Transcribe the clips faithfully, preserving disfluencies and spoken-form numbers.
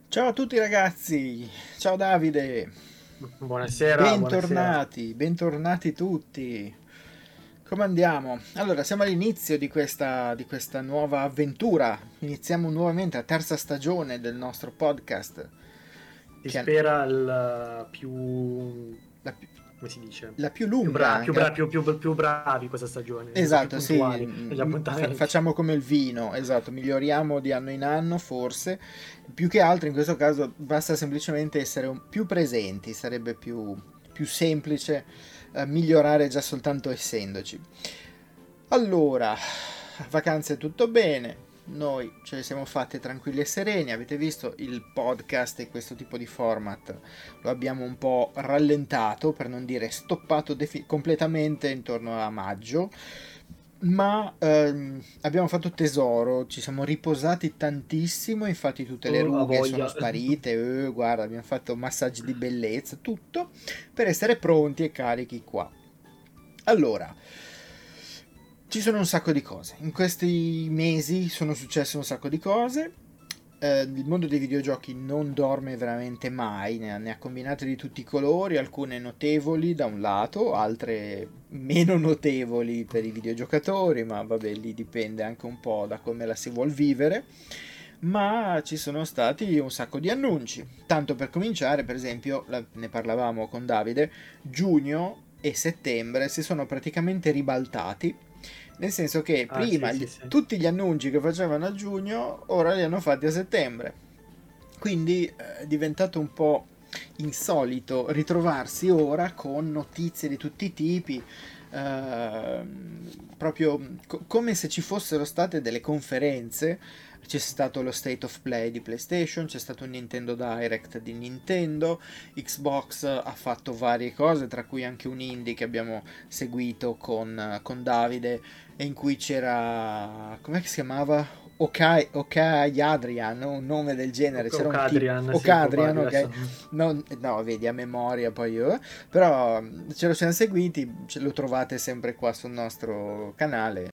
Ciao a tutti ragazzi, ciao Davide, Buonasera, buonasera. bentornati, bentornati tutti. Come andiamo? Allora, siamo all'inizio di questa, di questa nuova avventura. Iniziamo nuovamente la terza stagione del nostro podcast. Si Che è spera il più, la, pi- come si dice? la più Più, lunga bra- più, anche. bra- più, più- più bravi questa stagione, nel senso più Esatto, sì, puntuali negli mm, fa- appuntamenti. facciamo come il vino, esatto, miglioriamo di anno in anno forse. Più che altro in questo caso basta semplicemente essere un- più presenti, sarebbe più, più semplice eh, migliorare già soltanto essendoci. Allora, vacanze tutto bene, noi ce le siamo fatte tranquilli e sereni, avete visto il podcast e questo tipo di format lo abbiamo un po' rallentato, per non dire stoppato defi- completamente intorno a maggio, ma ehm, abbiamo fatto tesoro, ci siamo riposati tantissimo, infatti tutte le Oh, a rughe sono voglia. sparite, eh, guarda, abbiamo fatto massaggi di bellezza, tutto per essere pronti e carichi qua. Allora, ci sono un sacco di cose. In questi mesi sono successe un sacco di cose. Eh, il mondo dei videogiochi non dorme veramente mai, ne ha, ne ha combinate di tutti i colori, alcune notevoli da un lato, altre meno notevoli per i videogiocatori, ma vabbè, lì dipende anche un po' da come la si vuol vivere. Ma ci sono stati un sacco di annunci. Tanto per cominciare, per esempio, la- ne parlavamo con Davide, giugno e settembre si sono praticamente ribaltati, nel senso che Ah, sì, prima sì, gli- sì. tutti gli annunci che facevano a giugno ora li hanno fatti a settembre. Quindi eh, è diventato un po' insolito ritrovarsi ora con notizie di tutti i tipi, ehm, proprio co- come se ci fossero state delle conferenze. C'è stato lo State of Play di PlayStation, c'è stato un Nintendo Direct di Nintendo, Xbox ha fatto varie cose, tra cui anche un indie che abbiamo seguito con, con Davide, e in cui c'era, com'è che si chiamava? Okai, Okai Adrian, un nome del O, genere, o c'era un tipo, Cadrian, sì, Okadrian, probabile ok, adesso. non, no, vedi, a memoria poi io, però ce lo siamo seguiti, ce lo trovate sempre qua sul nostro canale.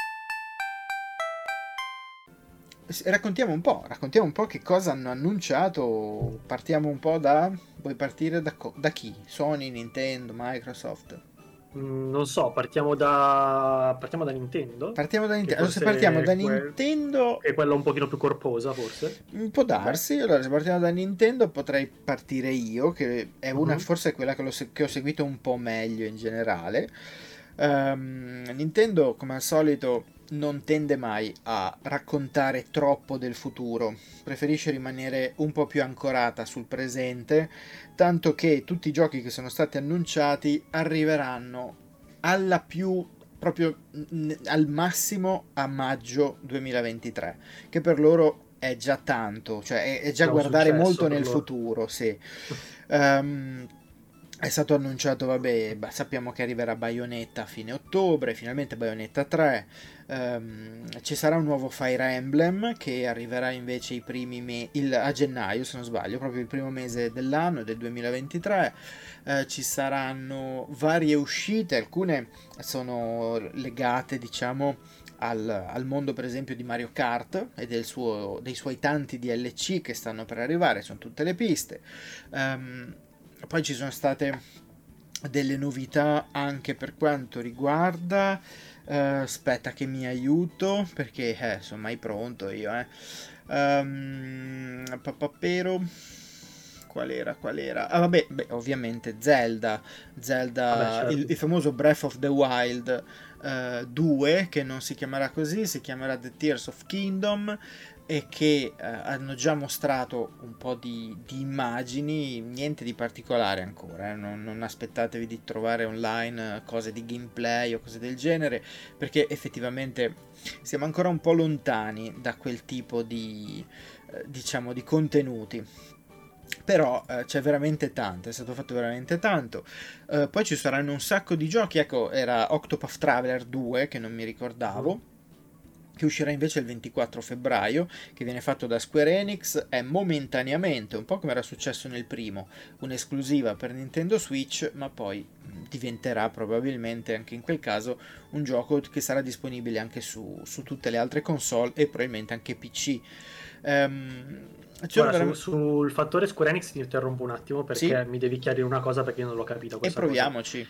Raccontiamo un po', raccontiamo un po' che cosa hanno annunciato, partiamo un po' da, vuoi partire da, co- da chi? Sony, Nintendo, Microsoft? Mm, Non so, partiamo da, partiamo da Nintendo, Partiamo da che Nintendo, allora se partiamo da forse que- Nintendo. che è quella un pochino più corposa, forse. Può darsi, allora se partiamo da Nintendo potrei partire io, che è una, Mhm. forse è quella che, l'ho se- che ho seguito un po' meglio in generale. Ehm, Nintendo, come al solito, non tende mai a raccontare troppo del futuro, preferisce rimanere un po' più ancorata sul presente, tanto che tutti i giochi che sono stati annunciati arriveranno alla più, proprio n- al massimo a maggio duemilaventitré, che per loro è già tanto, cioè è, è già Già un guardare successo molto per nel loro. futuro, sì. Ehm, è stato annunciato, vabbè, ba- sappiamo che arriverà Bayonetta a fine ottobre, finalmente Bayonetta tre. Ehm, ci sarà un nuovo Fire Emblem che arriverà invece i primi me- il- a gennaio, se non sbaglio, proprio il primo mese dell'anno, del duemilaventitré. Eh, ci saranno varie uscite, alcune sono legate, diciamo, al, al mondo per esempio di Mario Kart e del suo, dei suoi tanti D L C che stanno per arrivare, sono tutte le piste. Ehm, Poi ci sono state delle novità anche per quanto riguarda... eh, aspetta che mi aiuto perché eh, sono mai pronto io, eh. Um, papapero... Qual era? Qual era? Ah, vabbè, beh, ovviamente Zelda. Vabbè, Zelda, il, certo. il famoso Breath of the Wild eh, due, che non si chiamerà così, si chiamerà The Tears of Kingdom, e che eh, hanno già mostrato un po' di, di immagini, niente di particolare ancora, eh, non, non aspettatevi di trovare online eh, cose di gameplay o cose del genere, perché effettivamente siamo ancora un po' lontani da quel tipo di, eh, diciamo, di contenuti. Però eh, c'è veramente tanto, è stato fatto veramente tanto. Eh, poi ci saranno un sacco di giochi, ecco, era Octopath Traveler due che non mi Mhm. ricordavo, che uscirà invece il ventiquattro febbraio, che viene fatto da Square Enix, è momentaneamente, un po' come era successo nel primo, un'esclusiva per Nintendo Switch, ma poi mh, diventerà probabilmente anche in quel caso un gioco che sarà disponibile anche su, su tutte le altre console e probabilmente anche P C. Ehm, Sono Guarda, su- veramente... sul fattore Square Enix ti interrompo un attimo Sì, perché mi devi chiarire una cosa perché io non l'ho capita e questa cosa. proviamoci.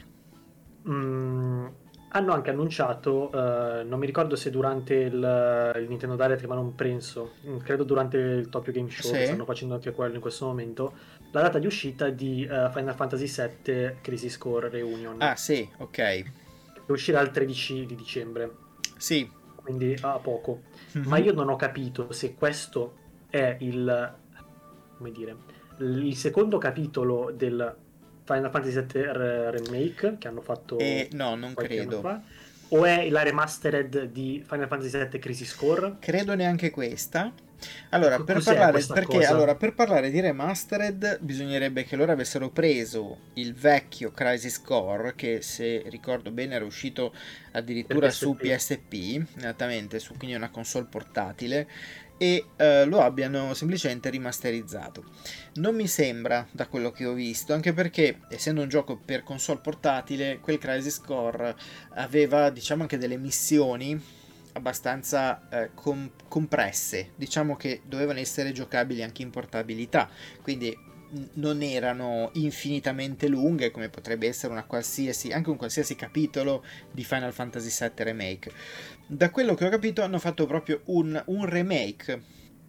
Mm, hanno anche annunciato, eh, non mi ricordo se durante il, il Nintendo Direct, ma non penso, mm, credo durante il Tokyo Game Show, che Sì. stanno facendo anche quello in questo momento, la data di uscita di eh, Final Fantasy sette Crisis Core Reunion, Ah, sì, ok. che uscirà il tredici di dicembre, Sì. quindi a poco. Ma Mhm. io non ho capito se questo è il, come dire, il secondo capitolo del Final Fantasy sette R- Remake che hanno E fatto no, non qualche anno credo. fa, o è la remastered di Final Fantasy sette Crisis Core? Credo neanche questa. E Allora, co- per cos'è parlare, questa perché, cosa? allora, per parlare di remastered bisognerebbe che loro avessero preso il vecchio Crisis Core, che se ricordo bene era uscito Per addirittura su P S P? P S P, esattamente, su quindi una console portatile, e eh, lo abbiano semplicemente rimasterizzato. Non mi sembra, da quello che ho visto, anche perché, essendo un gioco per console portatile, quel Crisis Core aveva, diciamo, anche delle missioni abbastanza eh, com- compresse, diciamo che dovevano essere giocabili anche in portabilità, quindi n- non erano infinitamente lunghe come potrebbe essere una qualsiasi, anche un qualsiasi capitolo di Final Fantasy sette Remake. Da quello che ho capito hanno fatto proprio un, un remake,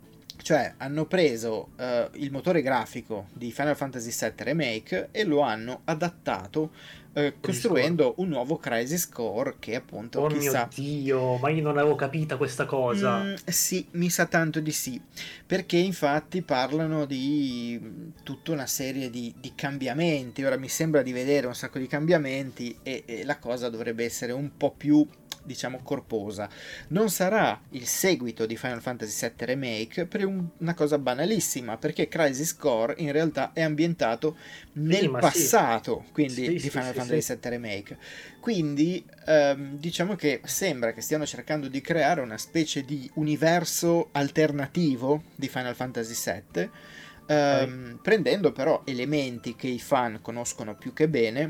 cioè hanno preso eh, il motore grafico di Final Fantasy sette Remake e lo hanno adattato eh, Crisis Core? costruendo un nuovo Crisis Core che appunto Oh mio chissà. Dio, ma io non avevo capita questa cosa. Mm, sì, mi sa tanto di sì, perché infatti parlano di mm, tutta una serie di, di cambiamenti. Ora mi sembra di vedere un sacco di cambiamenti e, e la cosa dovrebbe essere un po' più, diciamo, corposa. Non sarà il seguito di Final Fantasy sette Remake per un- una cosa banalissima, perché Crisis Core in realtà è ambientato Sì, nel ma sì. passato, quindi Sì, di sì, Final sì, Fantasy sì. sette Remake. Quindi ehm, diciamo che sembra che stiano cercando di creare una specie di universo alternativo di Final Fantasy sette, Ok. ehm, prendendo però elementi che i fan conoscono più che bene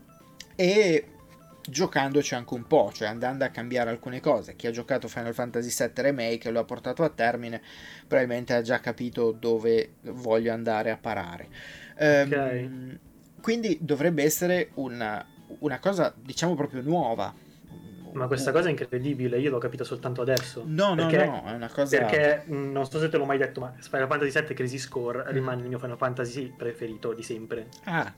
e giocandoci anche un po', cioè andando a cambiare alcune cose. Chi ha giocato Final Fantasy sette Remake e lo ha portato a termine probabilmente ha già capito dove voglio andare a parare. Ok. Ehm, quindi dovrebbe essere una, una cosa, diciamo, proprio nuova. Ma questa cosa è incredibile, io l'ho capita soltanto adesso. No, no, no, Perché, è una cosa... perché mh, non so se te l'ho mai detto, ma Final Fantasy sette Crisis Core Mhm. rimane il mio Final Fantasy preferito di sempre. Ah,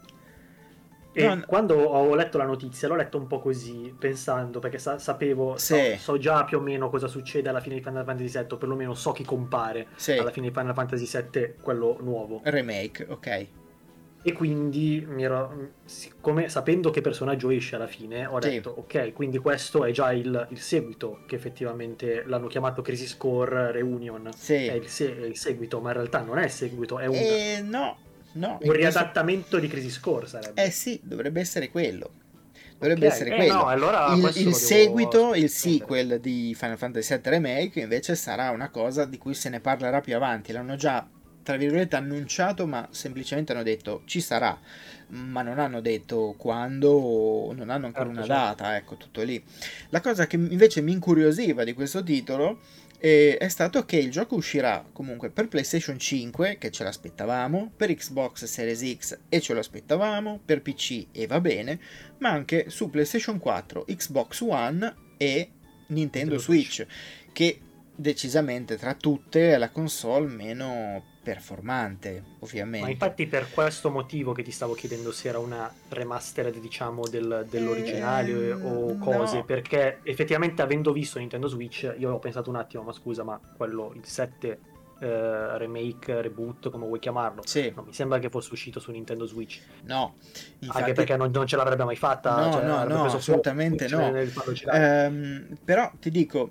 no, E no, quando ho letto la notizia, l'ho letto un po' così, pensando, perché sa- sapevo, so, sì, so già più o meno cosa succede alla fine di Final Fantasy sette, o perlomeno so chi compare sì, alla fine di Final Fantasy sette, quello nuovo. remake, ok. E quindi, mi ero, siccome, sapendo che personaggio esce alla fine, ho Sì, detto, ok, quindi questo è già il, il seguito, che effettivamente l'hanno chiamato Crisis Core Reunion, è sì. il, se- è il seguito, ma in realtà non è il seguito, è un, E no, no, un in questo... riadattamento di Crisis Core Eh sarebbe. sì, dovrebbe essere quello. Ok, Dovrebbe essere eh no, quello. allora Il, questo il lo devo seguito, il prendere. sequel di Final Fantasy sette Remake invece sarà una cosa di cui se ne parlerà più avanti. L'hanno già, tra virgolette, annunciato, ma semplicemente hanno detto ci sarà, ma non hanno detto quando, o non hanno ancora Certo, una certo. data, ecco, tutto lì. La cosa che invece mi incuriosiva di questo titolo eh, è stato che il gioco uscirà comunque per PlayStation cinque, che ce l'aspettavamo, per Xbox Series X e ce lo aspettavamo, per P C e va bene, ma anche su PlayStation quattro, Xbox One e Nintendo Nintendo Switch. Switch, che decisamente tra tutte è la console meno performante, Ma ovviamente. infatti per questo motivo che ti stavo chiedendo se era una remastered, diciamo, del- dell'originale o Ehm, cose, no, perché effettivamente avendo visto Nintendo Switch, io ho pensato un attimo, ma scusa, ma quello, il sette eh, remake, reboot, come vuoi chiamarlo, sì, non mi sembra che fosse uscito su Nintendo Switch, no, anche infatti perché non, non ce l'avrebbe mai fatta, no, cioè no, avrebbe no, preso fuoco assolutamente Switch no. nel farlo girare. Ehm, però ti dico,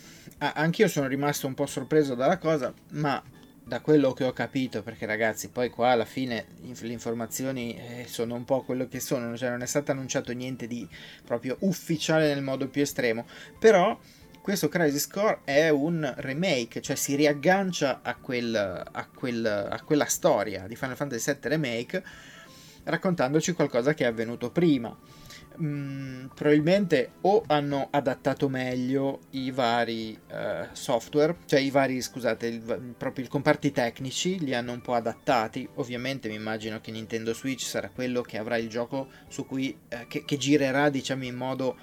a- anch'io sono rimasto un po' sorpreso dalla cosa, ma da quello che ho capito, perché ragazzi, poi qua alla fine inf- le informazioni eh, sono un po' quello che sono, cioè non è stato annunciato niente di proprio ufficiale nel modo più estremo, però questo Crisis Core è un remake, cioè si riaggancia a, quel, a, quel, a quella storia di Final Fantasy sette Remake raccontandoci qualcosa che è avvenuto prima. mh, probabilmente o hanno adattato meglio i vari uh, software, cioè i vari, scusate, il, proprio i comparti tecnici li hanno un po' adattati. Ovviamente mi immagino che Nintendo Switch sarà quello che avrà il gioco su cui uh, che, che girerà, diciamo, in modo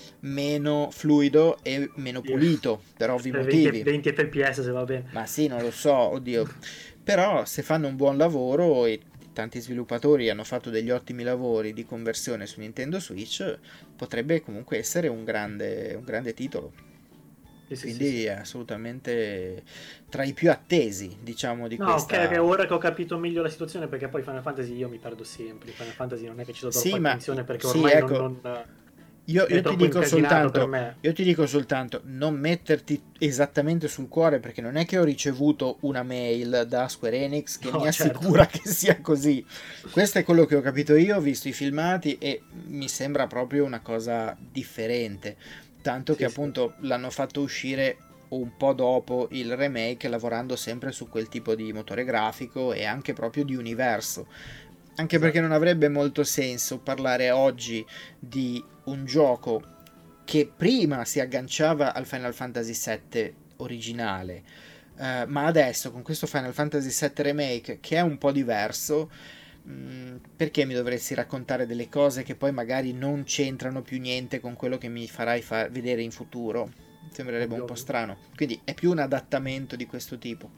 meno fluido e meno pulito, per ovvi motivi. venti F P S se va bene. Ma sì, non lo so, oddio. Però se fanno un buon lavoro, e tanti sviluppatori hanno fatto degli ottimi lavori di conversione su Nintendo Switch, potrebbe comunque essere un grande, un grande titolo. Sì, sì, quindi sì, sì. È assolutamente tra i più attesi, diciamo, di no, questa... No, che ora che ho capito meglio la situazione, perché poi Final Fantasy io mi perdo sempre. Final Fantasy non è che ci do troppa sì, attenzione, perché sì, ormai ecco, non... non... Io, io, ti dico soltanto, io ti dico soltanto, non metterti esattamente sul cuore, perché non è che ho ricevuto una mail da Square Enix che no, mi assicura certo. che sia così. Questo è quello che ho capito io, ho visto i filmati e mi sembra proprio una cosa differente. Tanto sì, che sì. appunto l'hanno fatto uscire un po' dopo il remake, lavorando sempre su quel tipo di motore grafico e anche proprio di universo. Anche perché non avrebbe molto senso parlare oggi di un gioco che prima si agganciava al Final Fantasy sette originale, eh, ma adesso con questo Final Fantasy sette Remake che è un po' diverso, mh, perché mi dovresti raccontare delle cose che poi magari non c'entrano più niente con quello che mi farai fa- vedere in futuro? Sembrerebbe ovvio, un po' strano. Quindi è più un adattamento di questo tipo.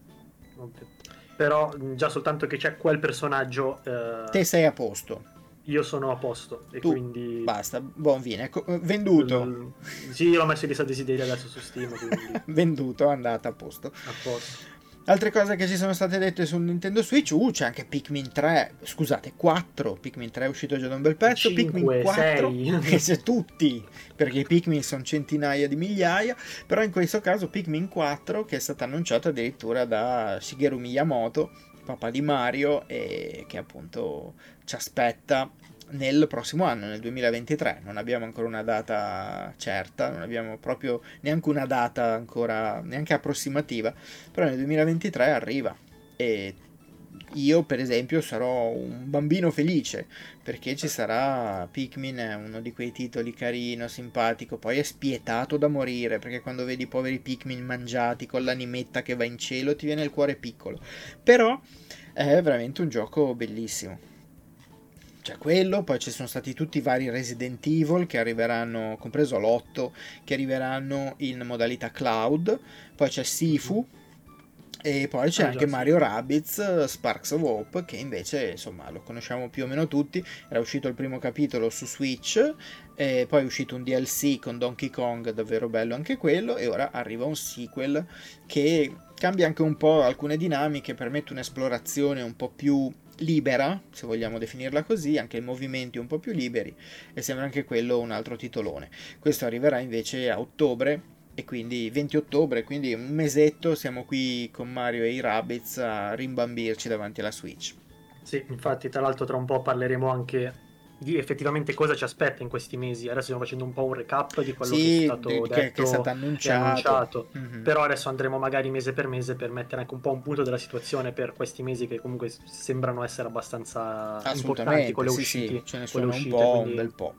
Ovvio. Però già soltanto che c'è quel personaggio eh, te sei a posto, io sono a posto e tu quindi basta, buon fine, venduto l- sì, l'ho messo in lista desideri adesso su Steam, quindi... venduto, andata a posto. A posto. Altre cose che ci sono state dette su Nintendo Switch, uh, c'è anche Pikmin tre, scusate, quattro, Pikmin tre è uscito già da un bel pezzo, cinque, Pikmin quattro, che c'è tutti, perché i Pikmin sono centinaia di migliaia, però in questo caso Pikmin quattro, che è stato annunciato addirittura da Shigeru Miyamoto, papà di Mario, e che appunto ci aspetta nel prossimo anno, nel duemilaventitré. Non abbiamo ancora una data certa, non abbiamo proprio neanche una data ancora neanche approssimativa, però nel duemilaventitré arriva e io per esempio sarò un bambino felice perché ci sarà Pikmin, è uno di quei titoli carino, simpatico, poi è spietato da morire perché quando vedi i poveri Pikmin mangiati con l'animetta che va in cielo ti viene il cuore piccolo, però è veramente un gioco bellissimo. C'è quello, poi ci sono stati tutti i vari Resident Evil che arriveranno, compreso l'otto, che arriveranno in modalità cloud, poi c'è Sifu e poi c'è ah, anche già, Mario sì. Rabbids Sparks of Hope, che invece insomma lo conosciamo più o meno tutti. Era uscito il primo capitolo su Switch e poi è uscito un D L C con Donkey Kong, davvero bello anche quello, e ora arriva un sequel che cambia anche un po' alcune dinamiche, permette un'esplorazione un po' più libera, se vogliamo definirla così, anche i movimenti un po' più liberi, e sembra anche quello un altro titolone. Questo arriverà invece a ottobre, e quindi venti ottobre, quindi un mesetto siamo qui con Mario e i Rabbids a rimbambirci davanti alla Switch. Sì, infatti tra l'altro tra un po' parleremo anche di effettivamente cosa ci aspetta in questi mesi. Adesso stiamo facendo un po' un recap di quello sì, che è stato che, detto che è stato annunciato, annunciato. Mm-hmm. Però adesso andremo magari mese per mese per mettere anche un po' un punto della situazione per questi mesi che comunque sembrano essere abbastanza importanti con le sì, uscite, sì, ce ne sono uscite, un po', quindi... un bel po'.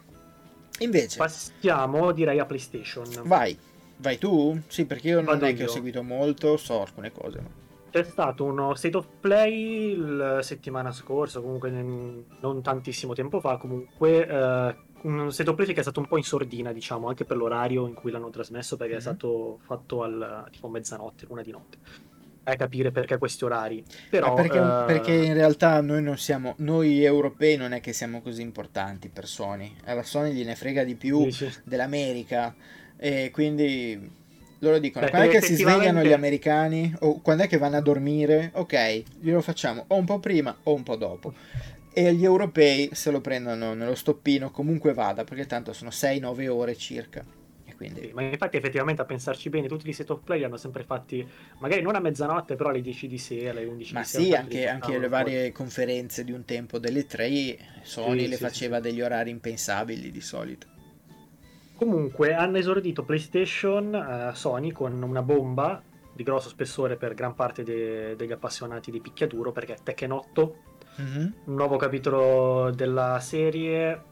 Invece passiamo direi a PlayStation. Vai, vai tu? Sì, perché io non Vado è io. che ho seguito molto, so alcune cose, ma... C'è stato uno State of Play la settimana scorsa, comunque non tantissimo tempo fa, comunque eh, un State of Play che è stato un po' in sordina, diciamo, anche per l'orario in cui l'hanno trasmesso, perché mm-hmm. è stato fatto al tipo mezzanotte, una di notte. A capire perché questi orari. Però, Ma perché, eh... perché in realtà noi non siamo, noi europei non è che siamo così importanti per Sony. Alla Sony gliene frega di più Dici. dell'America, e quindi... loro dicono: Beh, quando è che effettivamente... si svegliano gli americani o quando è che vanno a dormire, ok, glielo facciamo o un po' prima o un po' dopo, e gli europei se lo prendono nello stoppino comunque vada, perché tanto sono sei nove ore circa, e quindi... sì, ma infatti effettivamente a pensarci bene tutti gli State of Play li hanno sempre fatti magari non a mezzanotte, però alle dieci di sera, alle undici ma di sì, sera, anche, anche le varie conferenze di un tempo delle tre Sony sì, le sì, faceva sì. degli orari impensabili di solito. Comunque hanno esordito PlayStation, uh, Sony, con una bomba di grosso spessore per gran parte de- degli appassionati di picchiaduro, perché Tekken otto, mm-hmm. un nuovo capitolo della serie,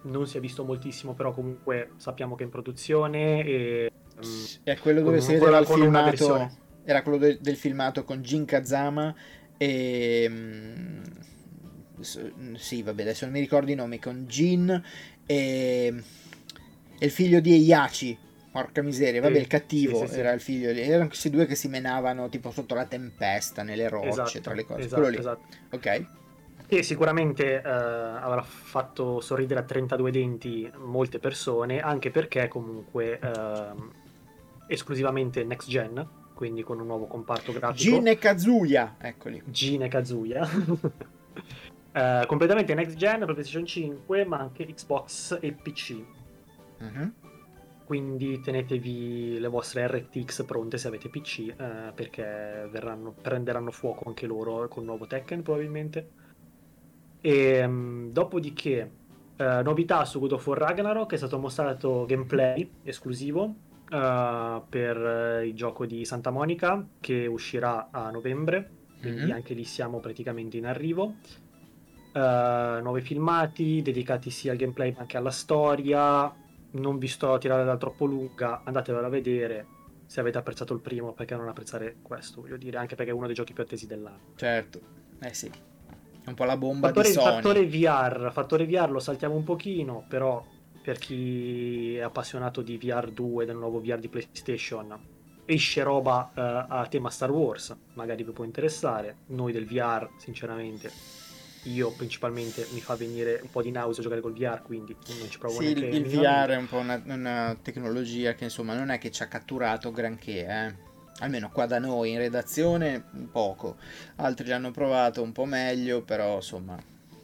non si è visto moltissimo, però comunque sappiamo che è in produzione e um, è quello dove si vedeva il filmato, era quello de- del filmato con Jin Kazama e um, sì vabbè adesso non mi ricordo i nomi, con Jin e, e il figlio di Heihachi, porca miseria, vabbè, sì, il cattivo sì, sì, era sì. il figlio, erano questi due che si menavano tipo sotto la tempesta, nelle rocce, esatto, tra le cose, esatto, quello lì, esatto. Ok. Che sicuramente uh, avrà fatto sorridere a trentadue denti molte persone, anche perché comunque uh, esclusivamente next gen, quindi con un nuovo comparto grafico. Jin e Kazuya, eccoli. Jin e Kazuya. uh, completamente next gen per PlayStation cinque, ma anche Xbox e P C. Mm-hmm. Quindi tenetevi le vostre R T X pronte se avete P C, uh, perché verranno, prenderanno fuoco anche loro con il nuovo Tekken probabilmente. E um, dopodiché uh, novità su God of War Ragnarok, è stato mostrato gameplay esclusivo uh, per uh, il gioco di Santa Monica che uscirà a novembre, quindi mm-hmm. anche lì siamo praticamente in arrivo. Uh, nuovi filmati dedicati sia al gameplay ma anche alla storia. Non vi sto a tirare da troppo lunga, andatevelo a vedere se avete apprezzato il primo, perché non apprezzare questo, voglio dire, anche perché è uno dei giochi più attesi dell'anno. Certo, eh sì. Un po' la bomba fattore, di Sony. Fattore V R, fattore V R lo saltiamo un pochino, però per chi è appassionato di V R due, del nuovo V R di PlayStation, esce roba uh, a tema Star Wars, magari vi può interessare. Noi del V R, sinceramente, io principalmente mi fa venire un po' di nausea giocare col V R, quindi non ci provo sì, neanche. Il V R è un po' una, una tecnologia che insomma non è che ci ha catturato granché, eh. Almeno qua da noi in redazione poco, altri l'hanno provato un po' meglio, però insomma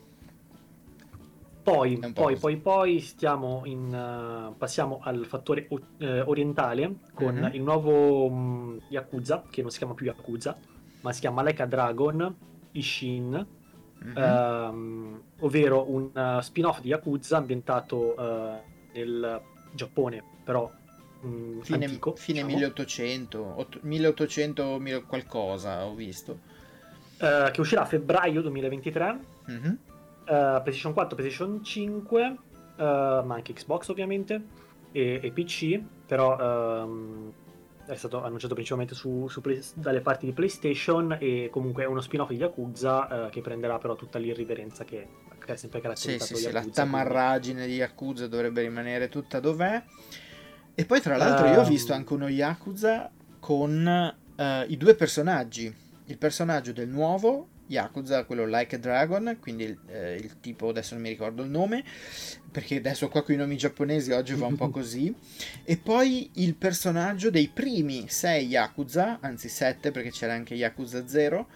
poi poi poi poi stiamo in uh, passiamo al fattore uh, orientale con mm-hmm. il nuovo um, Yakuza, che non si chiama più Yakuza ma si chiama Like a Dragon Ishin, mm-hmm. um, ovvero un uh, spin-off di Yakuza ambientato uh, nel Giappone, però Mm, fine, antico, fine diciamo. milleottocento milleottocento qualcosa ho visto, uh, che uscirà a febbraio duemilaventitré, mm-hmm. uh, PlayStation quattro, PlayStation cinque, uh, ma anche Xbox ovviamente e, e P C, però um, è stato annunciato principalmente su, su play, dalle parti di PlayStation, e comunque è uno spin-off di Yakuza uh, che prenderà però tutta l'irriverenza che, che è sempre caratterizzato sì, sì, Yakuza, sì, la tamarragine quindi. Di Yakuza dovrebbe rimanere tutta dov'è. E poi tra l'altro um, io ho visto anche uno Yakuza con uh, i due personaggi. Il personaggio del nuovo Yakuza, quello Like a Dragon, quindi il, eh, il tipo, adesso non mi ricordo il nome, perché adesso qua con i nomi giapponesi oggi va un po' così. E poi il personaggio dei primi sei Yakuza, anzi sette perché c'era anche Yakuza zero,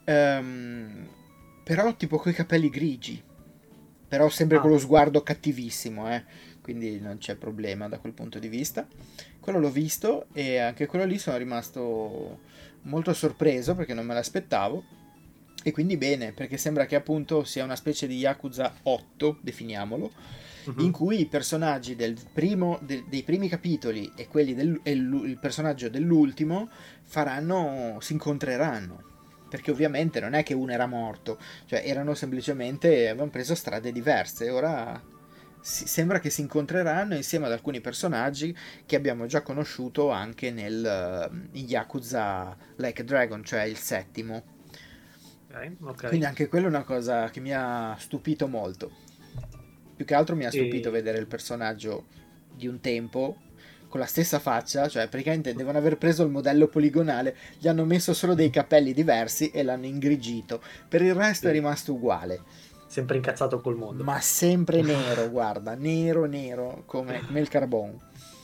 um, però tipo coi capelli grigi, però sempre ah. con lo sguardo cattivissimo, eh. Quindi non c'è problema da quel punto di vista. Quello l'ho visto e anche quello lì sono rimasto molto sorpreso perché non me l'aspettavo, e quindi bene, perché sembra che appunto sia una specie di Yakuza otto, definiamolo, uh-huh. in cui i personaggi del primo, de, dei primi capitoli e quelli del e il, il personaggio dell'ultimo faranno, si incontreranno, perché ovviamente non è che uno era morto, cioè erano semplicemente, avevano preso strade diverse, e ora si, sembra che si incontreranno insieme ad alcuni personaggi che abbiamo già conosciuto anche nel uh, Yakuza Like a Dragon, cioè il settimo. Okay, okay. Quindi anche quella è una cosa che mi ha stupito molto. Più che altro mi ha stupito e... vedere il personaggio di un tempo con la stessa faccia, cioè praticamente devono aver preso il modello poligonale, gli hanno messo solo dei capelli diversi e l'hanno ingrigito, per il resto sì. È rimasto uguale. Sempre incazzato col mondo. Ma sempre nero, guarda, nero nero, come, come il carbone.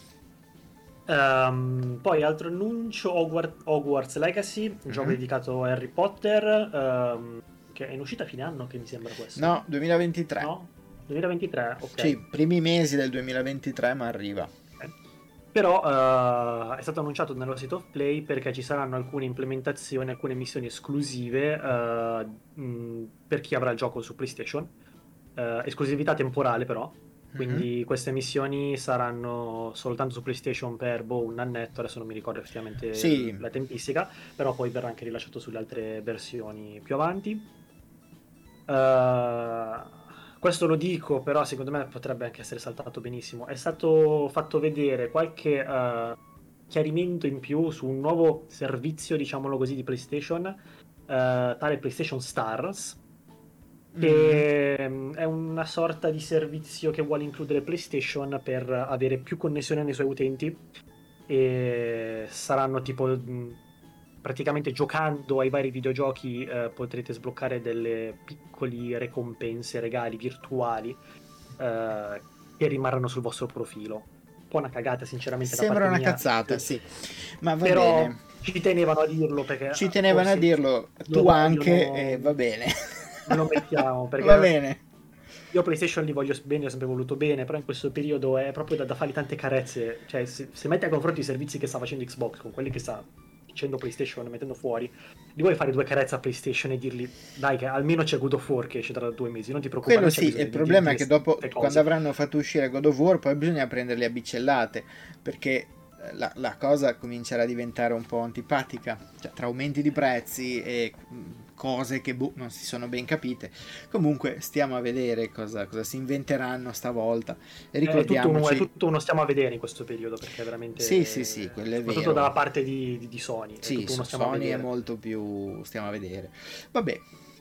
Um, poi altro annuncio, Hogwarts, Hogwarts Legacy, un uh-huh. gioco dedicato a Harry Potter, um, che è in uscita a fine anno, che mi sembra questo. No, duemilaventitré. No? duemilaventitré, ok. Sì, primi mesi del duemilaventitré, ma arriva. Però uh, è stato annunciato nello State of Play perché ci saranno alcune implementazioni, alcune missioni esclusive uh, mh, per chi avrà il gioco su PlayStation, uh, esclusività temporale però, quindi mm-hmm. queste missioni saranno soltanto su PlayStation per boh, un annetto, adesso non mi ricordo effettivamente sì. la tempistica, però poi verrà anche rilasciato sulle altre versioni più avanti. Uh, questo lo dico, però secondo me potrebbe anche essere saltato benissimo. È stato fatto vedere qualche uh, chiarimento in più su un nuovo servizio, diciamolo così, di PlayStation, uh, tale PlayStation Stars, che mm. è una sorta di servizio che vuole includere PlayStation per avere più connessione nei suoi utenti, e saranno tipo mh, praticamente giocando ai vari videogiochi eh, potrete sbloccare delle piccoli ricompense, regali virtuali eh, che rimarranno sul vostro profilo. Un po' una cagata sinceramente. Sembra da parte una mia, cazzata, sì, ma va però bene. ci tenevano a dirlo perché Ci tenevano a dirlo, tu anche, e eh, va bene. Lo mettiamo perché va bene. Io PlayStation li voglio bene, ho sempre voluto bene, però in questo periodo è proprio da, da fargli tante carezze. Cioè, se, se metti a confronto i servizi che sta facendo Xbox con quelli che sta facendo PlayStation, mettendo fuori, li vuoi fare due carezze a PlayStation e dirgli, dai, che almeno c'è God of War che esce tra due mesi, non ti preoccupare. Quello sì, il problema è che dopo, quando avranno fatto uscire God of War, poi bisogna prenderli a biccellate, perché la, la cosa comincerà a diventare un po' antipatica, cioè tra aumenti di prezzi e cose che boh, non si sono ben capite. Comunque stiamo a vedere cosa, cosa si inventeranno stavolta, e ricordiamoci... È tutto, uno, è tutto uno stiamo a vedere in questo periodo, perché è veramente... Sì, sì, sì, quello è vero. Soprattutto dalla parte di, di, di Sony. Sì, è tutto uno stiamo Sony a vedere. È molto più... stiamo a vedere. Vabbè.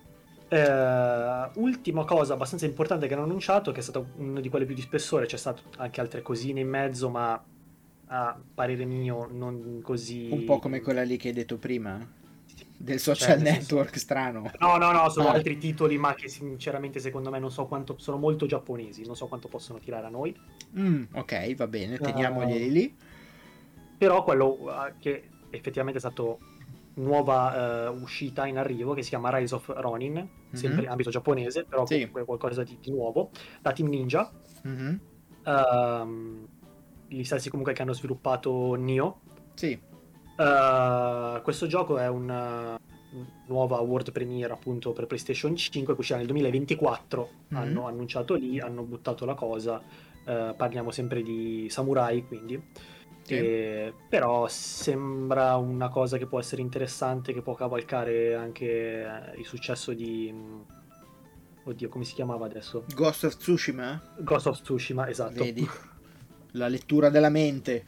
Uh, ultima cosa abbastanza importante che hanno annunciato, che è stata una di quelle più di spessore, c'è stato anche altre cosine in mezzo, ma a parere mio non così... Un po' come quella lì che hai detto prima? Del social cioè, network senso... strano. No, no, no, sono ah. altri titoli, ma che sinceramente secondo me non so quanto, sono molto giapponesi, non so quanto possono tirare a noi. Mm, ok, va bene, teniamoglieli uh, lì. Però quello uh, che effettivamente è stato nuova uh, uscita in arrivo, che si chiama Rise of Ronin, mm-hmm. sempre in ambito giapponese, però sì. comunque qualcosa di, di nuovo, da Team Ninja. Mm-hmm. Uh, gli stessi comunque che hanno sviluppato Nioh. Sì. Uh, questo gioco è una nuova world premiere appunto per PlayStation cinque che uscirà nel duemilaventiquattro. Mm-hmm. Hanno annunciato lì, hanno buttato la cosa. Uh, parliamo sempre di samurai, quindi sì. e, però sembra una cosa che può essere interessante, che può cavalcare anche uh, il successo di oddio come si chiamava adesso? Ghost of Tsushima? Ghost of Tsushima, esatto. Vedi? La lettura della mente.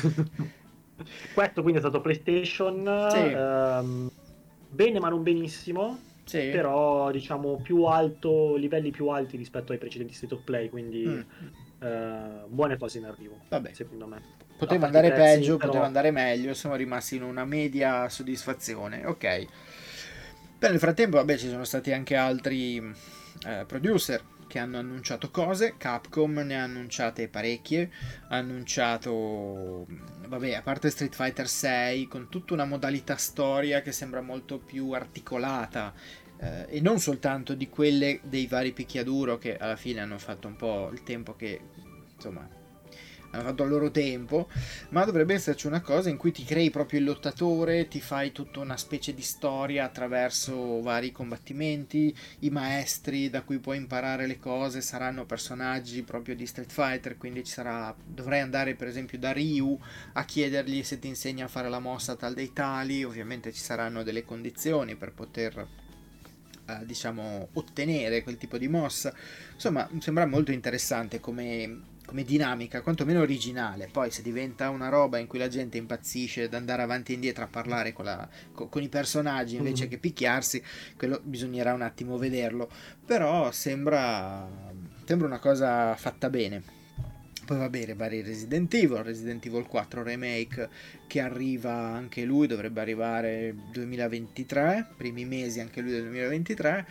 Questo quindi è stato PlayStation, sì. ehm, bene ma non benissimo, sì. Però diciamo più alto, livelli più alti rispetto ai precedenti State of Play, quindi mm. eh, buone cose in arrivo. Vabbè. Secondo me. Poteva andare prezzi, peggio, però... poteva andare meglio, siamo rimasti in una media soddisfazione, ok. Però nel frattempo vabbè ci sono stati anche altri eh, producer che hanno annunciato cose. Capcom ne ha annunciate parecchie, ha annunciato, vabbè, a parte Street Fighter sei, con tutta una modalità storia che sembra molto più articolata, eh, e non soltanto di quelle dei vari picchiaduro che alla fine hanno fatto un po' il tempo che, insomma, hanno fatto il loro tempo, ma dovrebbe esserci una cosa in cui ti crei proprio il lottatore, ti fai tutta una specie di storia attraverso vari combattimenti, i maestri da cui puoi imparare le cose saranno personaggi proprio di Street Fighter, quindi ci sarà, dovrai andare per esempio da Ryu a chiedergli se ti insegna a fare la mossa tal dei tali, ovviamente ci saranno delle condizioni per poter eh, diciamo ottenere quel tipo di mossa, insomma sembra molto interessante come come dinamica, quantomeno originale. Poi se diventa una roba in cui la gente impazzisce ad andare avanti e indietro a parlare con, la, con, con i personaggi invece mm-hmm. che picchiarsi, quello bisognerà un attimo vederlo, però sembra sembra una cosa fatta bene. Poi va bene, vari Resident Evil, Resident Evil quattro Remake che arriva anche lui, dovrebbe arrivare duemilaventitré, primi mesi anche lui del duemilaventitré,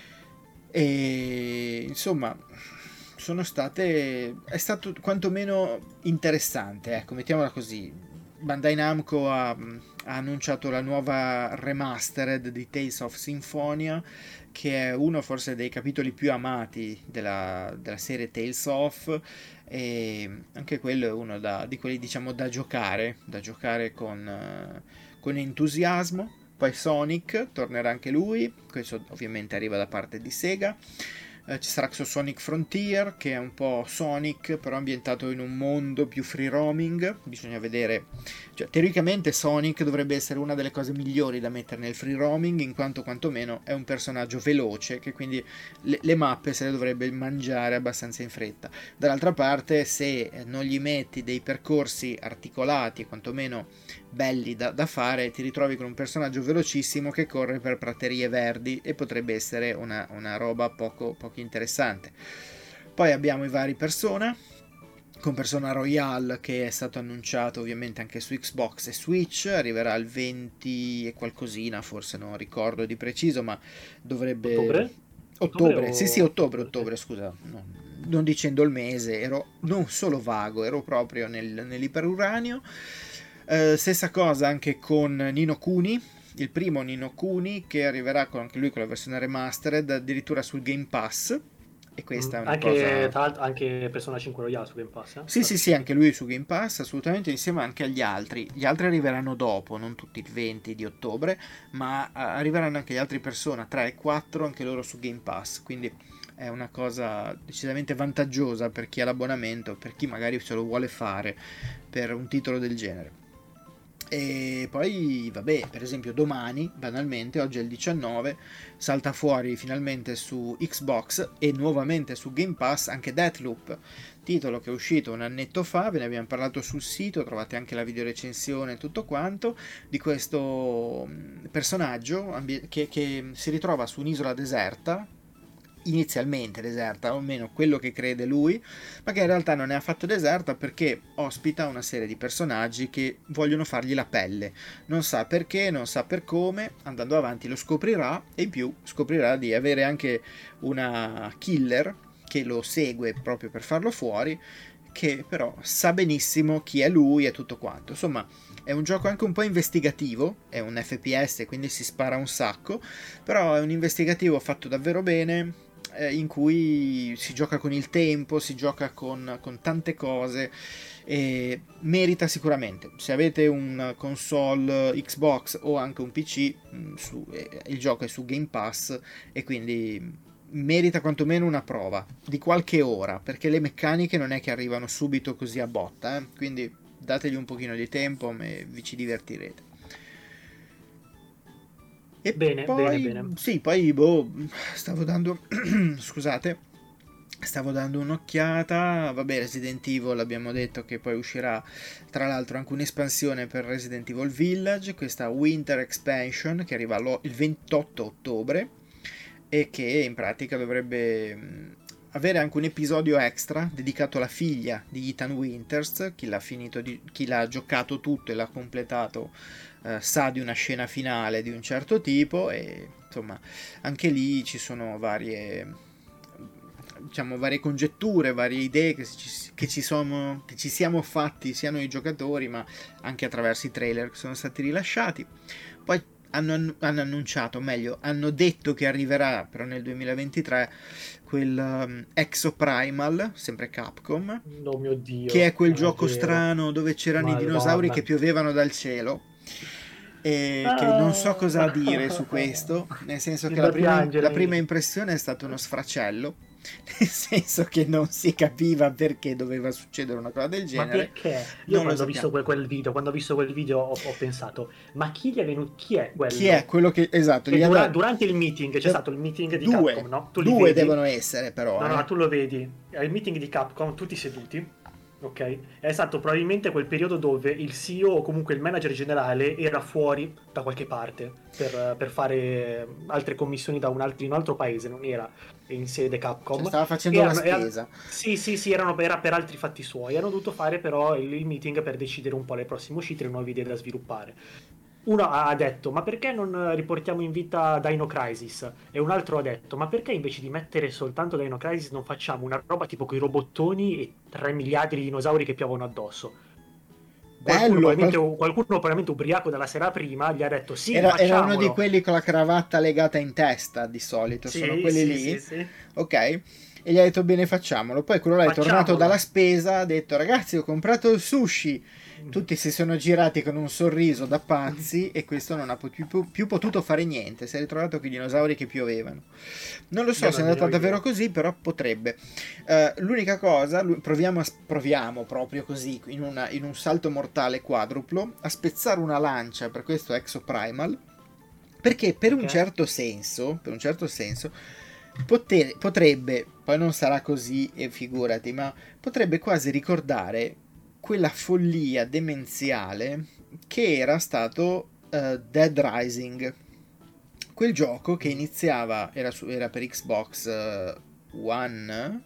e insomma sono state, è stato quantomeno interessante, ecco, mettiamola così. Bandai Namco ha, ha annunciato la nuova remastered di Tales of Symphonia, che è uno forse dei capitoli più amati della, della serie Tales of, e anche quello è uno da, di quelli diciamo da giocare, da giocare con, con entusiasmo. Poi Sonic tornerà anche lui, questo ovviamente arriva da parte di Sega. Eh, ci sarà Sonic Frontier, che è un po' Sonic però ambientato in un mondo più free roaming. Bisogna vedere, cioè teoricamente Sonic dovrebbe essere una delle cose migliori da mettere nel free roaming, in quanto quantomeno è un personaggio veloce che quindi le, le mappe se le dovrebbe mangiare abbastanza in fretta. Dall'altra parte, se non gli metti dei percorsi articolati, quantomeno belli da, da fare, ti ritrovi con un personaggio velocissimo che corre per praterie verdi e potrebbe essere una, una roba poco, poco interessante. Poi abbiamo i vari Persona, con Persona Royale, che è stato annunciato ovviamente anche su Xbox e Switch, arriverà il venti e qualcosina, forse non ricordo di preciso, ma dovrebbe... Ottobre? Ottobre, Ottobre sì o... sì, ottobre, ottobre, scusa, no, non dicendo il mese, ero non solo vago, ero proprio nel, nell'iperuranio. Uh, stessa cosa anche con Ni no Kuni, il primo Ni no Kuni, che arriverà con, anche lui con la versione remastered addirittura sul Game Pass, e questa mm, è una anche, cosa... tra l'altro anche Persona cinque Royale su Game Pass, eh? Sì sì sì, anche lui su Game Pass, assolutamente, insieme anche agli altri. Gli altri arriveranno dopo, non tutti il venti di ottobre, ma uh, arriveranno anche gli altri Persona tre e quattro, anche loro su Game Pass, quindi è una cosa decisamente vantaggiosa per chi ha l'abbonamento, per chi magari se lo vuole fare per un titolo del genere. E poi vabbè, per esempio domani, banalmente, oggi è il diciannove, salta fuori finalmente su Xbox e nuovamente su Game Pass anche Deathloop, titolo che è uscito un annetto fa, ve ne abbiamo parlato sul sito, trovate anche la videorecensione e tutto quanto, di questo personaggio che, che si ritrova su un'isola deserta, inizialmente deserta, o almeno quello che crede lui, ma che in realtà non è affatto deserta, perché ospita una serie di personaggi che vogliono fargli la pelle. Non sa perché, non sa per come, andando avanti lo scoprirà, e in più scoprirà di avere anche una killer che lo segue proprio per farlo fuori, che però sa benissimo chi è lui e tutto quanto. Insomma, è un gioco anche un po' investigativo, è un F P S, quindi si spara un sacco, però è un investigativo fatto davvero bene, in cui si gioca con il tempo, si gioca con, con tante cose, e merita sicuramente. Se avete un console Xbox o anche un P C, su, eh, il gioco è su Game Pass e quindi merita quantomeno una prova di qualche ora, perché le meccaniche non è che arrivano subito così a botta, eh? Quindi dategli un pochino di tempo e vi ci divertirete. E bene, poi, bene, bene. Sì, poi boh, stavo dando, scusate, stavo dando un'occhiata, vabbè, Resident Evil abbiamo detto che poi uscirà tra l'altro anche un'espansione per Resident Evil Village, questa Winter Expansion che arriva il ventotto ottobre e che in pratica dovrebbe avere anche un episodio extra dedicato alla figlia di Ethan Winters. Chi l'ha finito di, chi l'ha giocato tutto e l'ha completato Uh, sa di una scena finale di un certo tipo, e insomma anche lì ci sono varie, diciamo, varie congetture, varie idee che ci, che ci sono, che ci siamo fatti sia noi giocatori, ma anche attraverso i trailer che sono stati rilasciati. Poi hanno, hanno annunciato, meglio, hanno detto che arriverà però nel duemilaventitré quel um, Exoprimal, sempre Capcom, oh mio Dio, che è quel gioco vero. strano dove c'erano Madonna. i dinosauri che piovevano dal cielo. E che non so cosa dire su questo, nel senso che la prima, la prima impressione è stata uno sfracello, nel senso che non si capiva perché doveva succedere una cosa del genere. Ma perché? Io non quando ho visto quel, quel video, quando ho visto quel video ho, ho pensato, ma chi gli è venuto? Chi è quello? Chi è quello che esatto? Che dura, da... Durante il meeting c'è stato il meeting di due, Capcom, no? Tu due vedi? devono essere però. No, eh. no, tu lo vedi. È il meeting di Capcom, tutti seduti. Ok, è stato probabilmente quel periodo dove il C E O o comunque il manager generale era fuori da qualche parte per, per fare altre commissioni da un altro, in un altro paese, non era in sede Capcom. Cioè, stava facendo erano, la spesa. Era, sì, sì, sì, erano, era per altri fatti suoi. Hanno dovuto fare però il, il meeting per decidere un po' le prossime uscite, le nuove idee da sviluppare. Uno ha detto, ma perché non riportiamo in vita Dino Crisis? E un altro ha detto, ma perché invece di mettere soltanto Dino Crisis non facciamo una roba tipo con i robottoni e tre miliardi di dinosauri che piovono addosso? Qualcuno, Bello, probabilmente, qual... qualcuuno probabilmente ubriaco dalla sera prima gli ha detto sì, era, facciamolo. Era uno di quelli con la cravatta legata in testa di solito, sì, sono quelli sì, lì. Sì, sì. Ok. E gli ha detto bene, facciamolo. Poi quello là è tornato dalla spesa, ha detto ragazzi ho comprato il sushi tutti si sono girati con un sorriso da pazzi e questo non ha più, più, più potuto fare niente, si è ritrovato con i dinosauri che piovevano. Non lo so Io se è non ne andato ho davvero idea. così, però potrebbe. Eh, l'unica cosa, lu- proviamo, a- proviamo proprio così, in, una- in un salto mortale quadruplo, a spezzare una lancia per questo Exoprimal, perché per un Ok? certo senso, per un certo senso, poter- potrebbe, poi non sarà così, e figurati, ma potrebbe quasi ricordare quella follia demenziale che era stato eh, Dead Rising, quel gioco che Mm. iniziava, era, su- era per Xbox eh, One,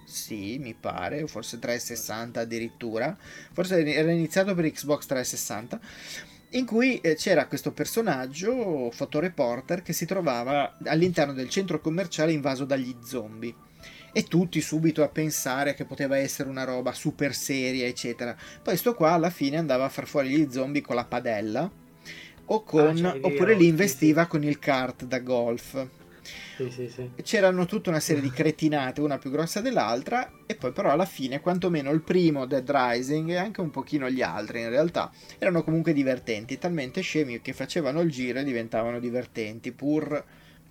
sì, mi pare, o forse trecentosessanta addirittura, forse era iniziato per Xbox trecentosessanta, in cui eh, c'era questo personaggio, fotoreporter, che si trovava all'interno del centro commerciale invaso dagli zombie. E tutti subito a pensare che poteva essere una roba super seria, eccetera. Poi sto qua alla fine andava a far fuori gli zombie con la padella, o Ah, con, cioè, è oppure li vero, sì, sì, investiva con il kart da golf. sì, sì, sì. C'erano tutta una serie di cretinate, una più grossa dell'altra, e poi però alla fine, quantomeno il primo Dead Rising e anche un pochino gli altri in realtà, erano comunque divertenti, talmente scemi che facevano il giro e diventavano divertenti, pur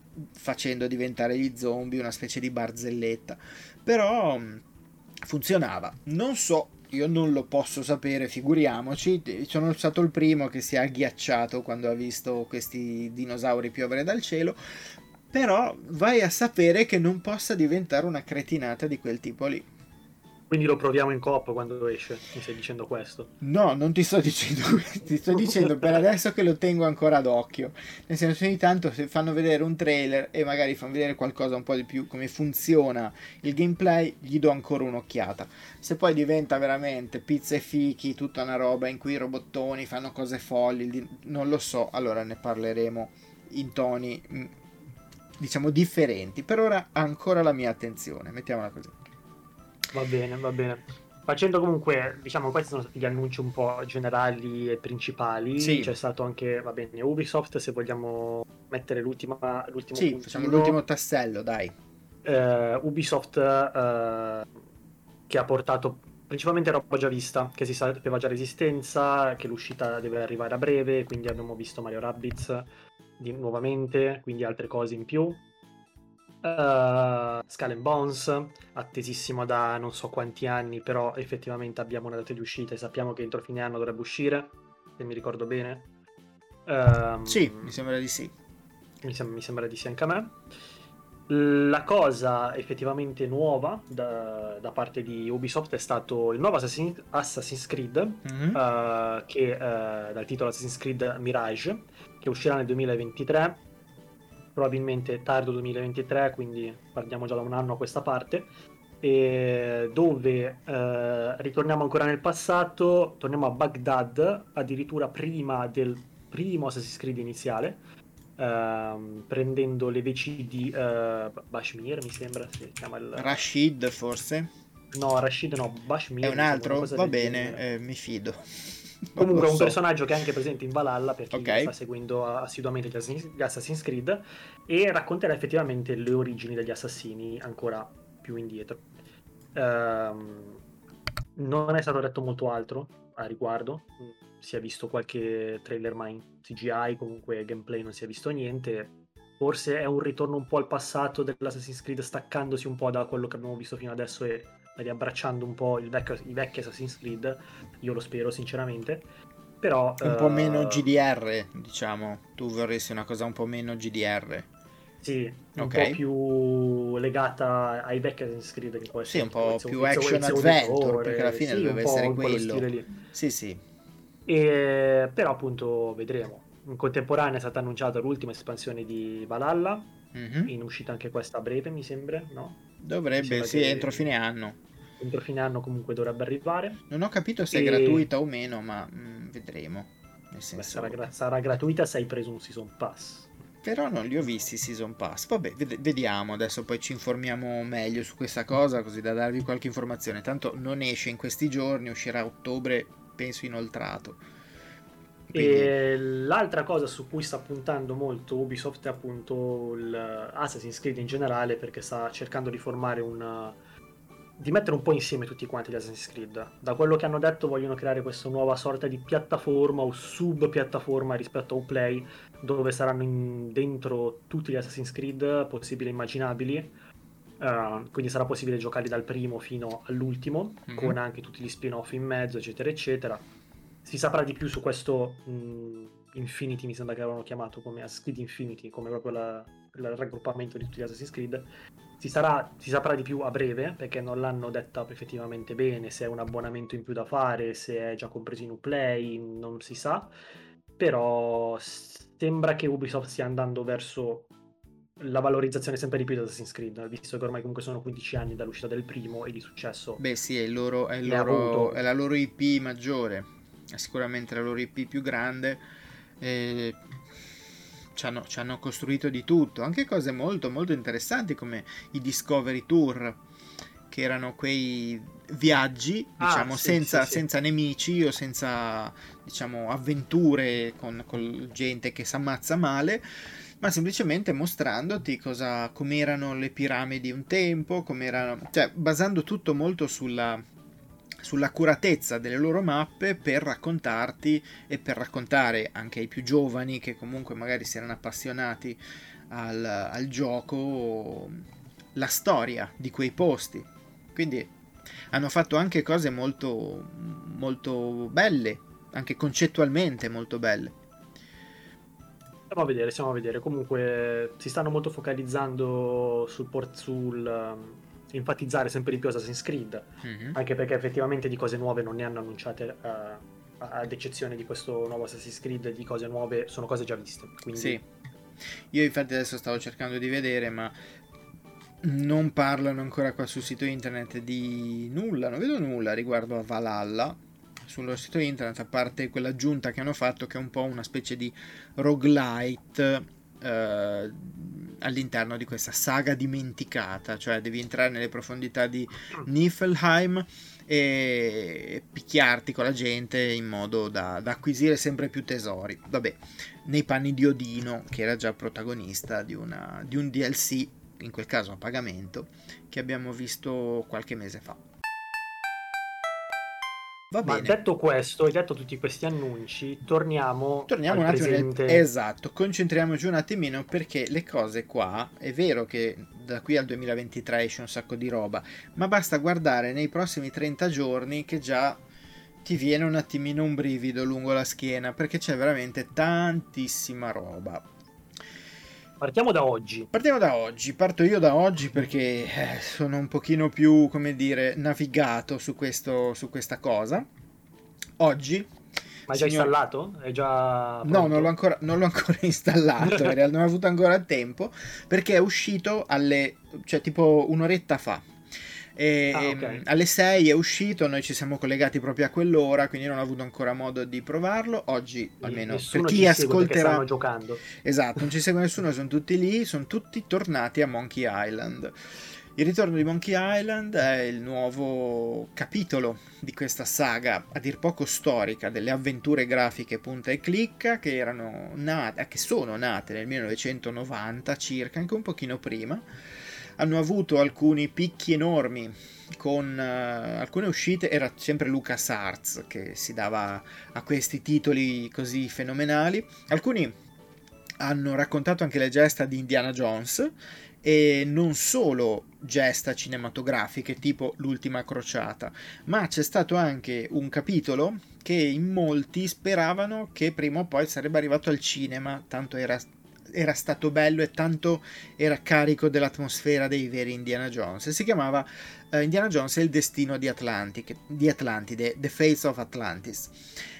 facendo diventare gli zombie una specie di barzelletta. Però mh, funzionava. Non so, io non lo posso sapere, figuriamoci. Sono stato il primo che si è agghiacciato quando ha visto questi dinosauri piovere dal cielo. Però vai a sapere che non possa diventare una cretinata di quel tipo lì. Quindi lo proviamo in coop quando esce, mi stai dicendo questo? No, non ti sto dicendo questo, ti sto dicendo per adesso che lo tengo ancora d'occhio. Nel senso, ogni tanto se fanno vedere un trailer e magari fanno vedere qualcosa un po' di più, come funziona il gameplay, gli do ancora un'occhiata. Se poi diventa veramente pizza e fichi, tutta una roba in cui i robottoni fanno cose folli, non lo so, allora ne parleremo in toni, mm, diciamo, differenti. Per ora ha ancora la mia attenzione, mettiamola così. Va bene, va bene. Facendo comunque, diciamo, questi sono stati gli annunci un po' generali e principali. Sì, C'è stato anche, va bene, Ubisoft, se vogliamo mettere l'ultima, l'ultimo sì, facciamo l'ultimo puntino. tassello, dai. Eh, Ubisoft eh, che ha portato principalmente roba già vista, che si sapeva già l'esistenza, che l'uscita deve arrivare a breve, quindi abbiamo visto Mario Rabbids di, nuovamente, quindi altre cose in più. Uh, Skull and Bones, attesissimo da non so quanti anni, però effettivamente abbiamo una data di uscita e sappiamo che entro fine anno dovrebbe uscire, se mi ricordo bene. Sì, Um, mi sembra di sì. mi, sem- mi sembra di sì anche a me. La cosa effettivamente nuova da, da parte di Ubisoft è stato il nuovo Assassin- Assassin's Creed, Mhm. uh, che uh, dal titolo Assassin's Creed Mirage, che uscirà nel duemilaventitré, probabilmente tardo duemilaventitré, quindi parliamo già da un anno a questa parte, e dove uh, ritorniamo ancora nel passato, torniamo a Baghdad, addirittura prima del primo Assassin's Creed iniziale, ehm, prendendo le veci di eh, Bashmir, mi sembra si chiama il... Rashid, forse? No, Rashid no, È Bashmir un mi sembra una altro? cosa Va del bene, genere. eh, mi fido. Non lo Comunque è un so. personaggio che è anche presente in Valhalla per Ok. chi sta seguendo assiduamente gli Assassin's, gli Assassin's Creed, e racconterà effettivamente le origini degli assassini ancora più indietro. Ehm, non è stato detto molto altro a riguardo, si è visto qualche trailer ma in C G I, comunque gameplay non si è visto niente. Forse è un ritorno un po' al passato dell'Assassin's Creed, staccandosi un po' da quello che abbiamo visto fino adesso e riabbracciando un po' il vecchio, i vecchi Assassin's Creed. Io lo spero sinceramente. Però Un po' meno ehm, G D R, diciamo. Tu vorresti una cosa un po' meno G D R. sì, un po' Ok. più legata ai vecchi Assassin's Creed, che può Sì, essere un tipo po' Ezio, più Ezio, action Ezio adventure, perché alla Auditore, fine sì, un doveva po' essere in quello quello. stile lì. Sì, sì. E, però appunto vedremo. In contemporanea è stata annunciata l'ultima espansione di Valhalla, Mhm. in uscita anche questa a breve, mi sembra, no? Mi Dovrebbe, sembra sì, entro che fine anno. entro fine anno comunque dovrebbe arrivare. Non ho capito se è E gratuita o meno, ma mm, vedremo. Nel beh, sarà, senso... gra- sarà gratuita se hai preso un Season Pass. Però non li ho visti i Season Pass. Vabbè, ved- vediamo. Adesso poi ci informiamo meglio su questa cosa, così da darvi qualche informazione. Tanto non esce in questi giorni, uscirà a ottobre, penso inoltrato. Quindi, E l'altra cosa su cui sta puntando molto Ubisoft è appunto il Assassin's Creed in generale, perché sta cercando di formare un, di mettere un po' insieme tutti quanti gli Assassin's Creed. Da quello che hanno detto vogliono creare questa nuova sorta di piattaforma o sub-piattaforma rispetto a Uplay, dove saranno in- dentro tutti gli Assassin's Creed possibili e immaginabili. Uh, quindi sarà possibile giocarli dal primo fino all'ultimo, Mhm. con anche tutti gli spin-off in mezzo, eccetera, eccetera. Si saprà di più su questo mh, Infinity, mi sembra che avevano chiamato come Assassin's Creed Infinity, come proprio la- il raggruppamento di tutti gli Assassin's Creed. Si, sarà, si saprà di più a breve, perché non l'hanno detta effettivamente bene, se è un abbonamento in più da fare, se è già compreso in Uplay, non si sa. Però sembra che Ubisoft stia andando verso la valorizzazione sempre di più di Assassin's Creed, visto che ormai comunque sono quindici anni dall'uscita del primo e di successo Beh sì, è, il loro, è, il ne ha loro, è avuto. la loro I P maggiore, è sicuramente la loro I P più grande. E ci hanno, ci hanno costruito di tutto, anche cose molto molto interessanti come i Discovery Tour, che erano quei viaggi, Ah, diciamo, sì, sì, senza, sì. senza nemici o senza, diciamo, avventure con, con gente che si ammazza male, ma semplicemente mostrandoti cosa, com'erano le piramidi un tempo, com'erano, cioè basando tutto molto sulla, sull'accuratezza delle loro mappe per raccontarti e per raccontare anche ai più giovani che comunque magari si erano appassionati al, al gioco la storia di quei posti. Quindi hanno fatto anche cose molto molto belle, anche concettualmente molto belle. Stiamo a vedere, stiamo a vedere. Comunque si stanno molto focalizzando sul, port- sul um, enfatizzare sempre di più Assassin's Creed, Mhm. anche perché effettivamente di cose nuove non ne hanno annunciate, eh, ad eccezione di questo nuovo Assassin's Creed, di cose nuove sono cose già viste. Sì, Quindi io infatti adesso stavo cercando di vedere, ma non parlano ancora qua sul sito internet di nulla, non vedo nulla riguardo a Valhalla sul loro sito internet, a parte quell'aggiunta che hanno fatto che è un po' una specie di roguelite eh, all'interno di questa saga dimenticata, cioè devi entrare nelle profondità di Niflheim e picchiarti con la gente in modo da, da acquisire sempre più tesori. Vabbè, nei panni di Odino, che era già protagonista di, una, di un D L C, in quel caso a pagamento, che abbiamo visto qualche mese fa. Va Ma bene, detto questo e detto tutti questi annunci, torniamo torniamo al un attimo nel... presente. Esatto, concentriamoci un attimino perché le cose qua, è vero che da qui al duemilaventitré esce un sacco di roba, ma basta guardare nei prossimi trenta giorni che già ti viene un attimino un brivido lungo la schiena perché c'è veramente tantissima roba. Partiamo da oggi. Partiamo da oggi, parto io da oggi perché eh, sono un pochino più, come dire, navigato su, questo, su questa cosa. Oggi, Ma è già signor... installato? È già No, non l'ho pronto? ancora, non l'ho ancora installato, in realtà non ho avuto ancora tempo, perché è uscito alle, cioè tipo un'oretta fa. Ah, E, ok. mm, alle sei è uscito, noi ci siamo collegati proprio a quell'ora, quindi non ho avuto ancora modo di provarlo. Oggi, Quindi almeno per nessuno ci chi segue perché ascolterà, stanno giocando. esatto, non ci segue nessuno, sono tutti lì, sono tutti tornati a Monkey Island. Il ritorno di Monkey Island è il nuovo capitolo di questa saga, a dir poco storica, delle avventure grafiche punta e clicca che erano nate, che sono nate nel millenovecentonovanta circa, anche un pochino prima. Hanno avuto alcuni picchi enormi con uh, alcune uscite, era sempre LucasArts che si dava a questi titoli così fenomenali. Alcuni hanno raccontato anche le gesta di Indiana Jones e non solo gesta cinematografiche tipo L'ultima crociata, ma c'è stato anche un capitolo che in molti speravano che prima o poi sarebbe arrivato al cinema, tanto era, era stato bello e tanto era carico dell'atmosfera dei veri Indiana Jones. Si chiamava uh, Indiana Jones e il destino di, Atlantic, di Atlantide, The Fates of Atlantis.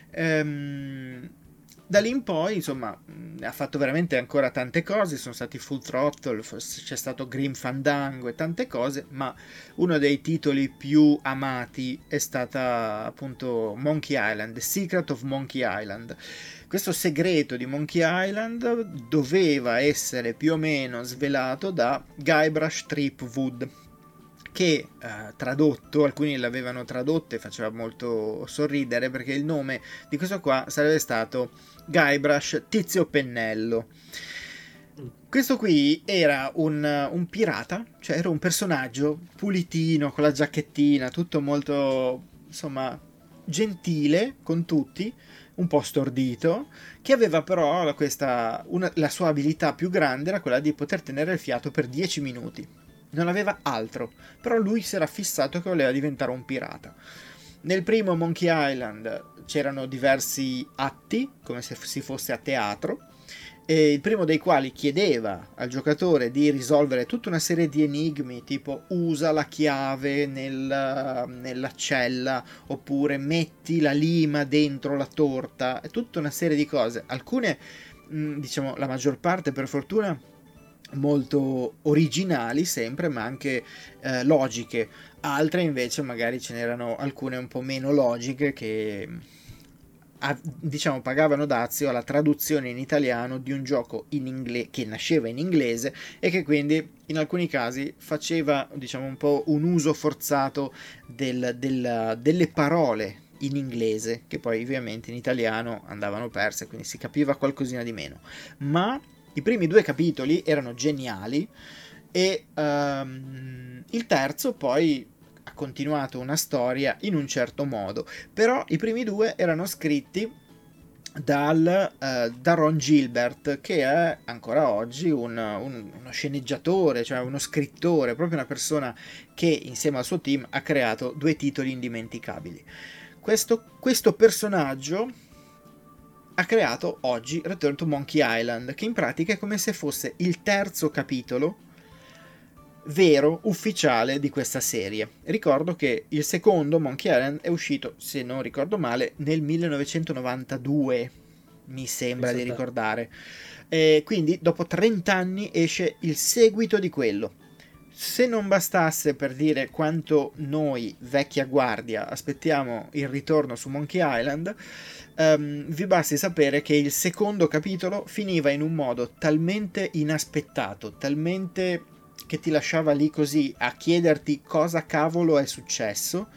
Um, da lì in poi, insomma, ha fatto veramente ancora tante cose, sono stati Full Throttle, c'è stato Grim Fandango e tante cose, ma uno dei titoli più amati è stata appunto Monkey Island, The Secret of Monkey Island. Questo segreto di Monkey Island doveva essere più o meno svelato da Guybrush Threepwood, che eh, tradotto, alcuni l'avevano tradotto e faceva molto sorridere perché il nome di questo qua sarebbe stato Guybrush Tizio Pennello. Questo qui era un, un pirata, cioè era un personaggio pulitino, con la giacchettina, tutto molto, insomma, gentile con tutti, un po' stordito, che aveva però questa, una, la sua abilità più grande era quella di poter tenere il fiato per dieci minuti. Non aveva altro, però lui si era fissato che voleva diventare un pirata. Nel primo Monkey Island c'erano diversi atti, come se si fosse a teatro, e il primo dei quali chiedeva al giocatore di risolvere tutta una serie di enigmi, tipo usa la chiave nel, nella cella, oppure metti la lima dentro la torta, e tutta una serie di cose. Alcune, diciamo, la maggior parte per fortuna molto originali sempre, ma anche eh, logiche. Altre invece magari ce n'erano alcune un po' meno logiche che, a, diciamo, pagavano dazio alla traduzione in italiano di un gioco in ingle- che nasceva in inglese e che quindi in alcuni casi faceva, diciamo, un po' un uso forzato del, del, delle parole in inglese, che poi ovviamente in italiano andavano perse, quindi si capiva qualcosina di meno. Ma i primi due capitoli erano geniali e um, il terzo poi ha continuato una storia in un certo modo, però i primi due erano scritti dal, uh, da Ron Gilbert, che è ancora oggi un, un, uno sceneggiatore, cioè uno scrittore, proprio una persona che insieme al suo team ha creato due titoli indimenticabili. Questo, questo personaggio ha creato oggi Return to Monkey Island, che in pratica è come se fosse il terzo capitolo vero, ufficiale di questa serie. Ricordo che il secondo Monkey Island è uscito, se non ricordo male, nel millenovecentonovantadue, mi sembra di ricordare. E quindi dopo trenta anni esce il seguito di quello. Se non bastasse per dire quanto noi, vecchia guardia, aspettiamo il ritorno su Monkey Island, um, vi basti sapere che il secondo capitolo finiva in un modo talmente inaspettato, talmente che ti lasciava lì così a chiederti cosa cavolo è successo,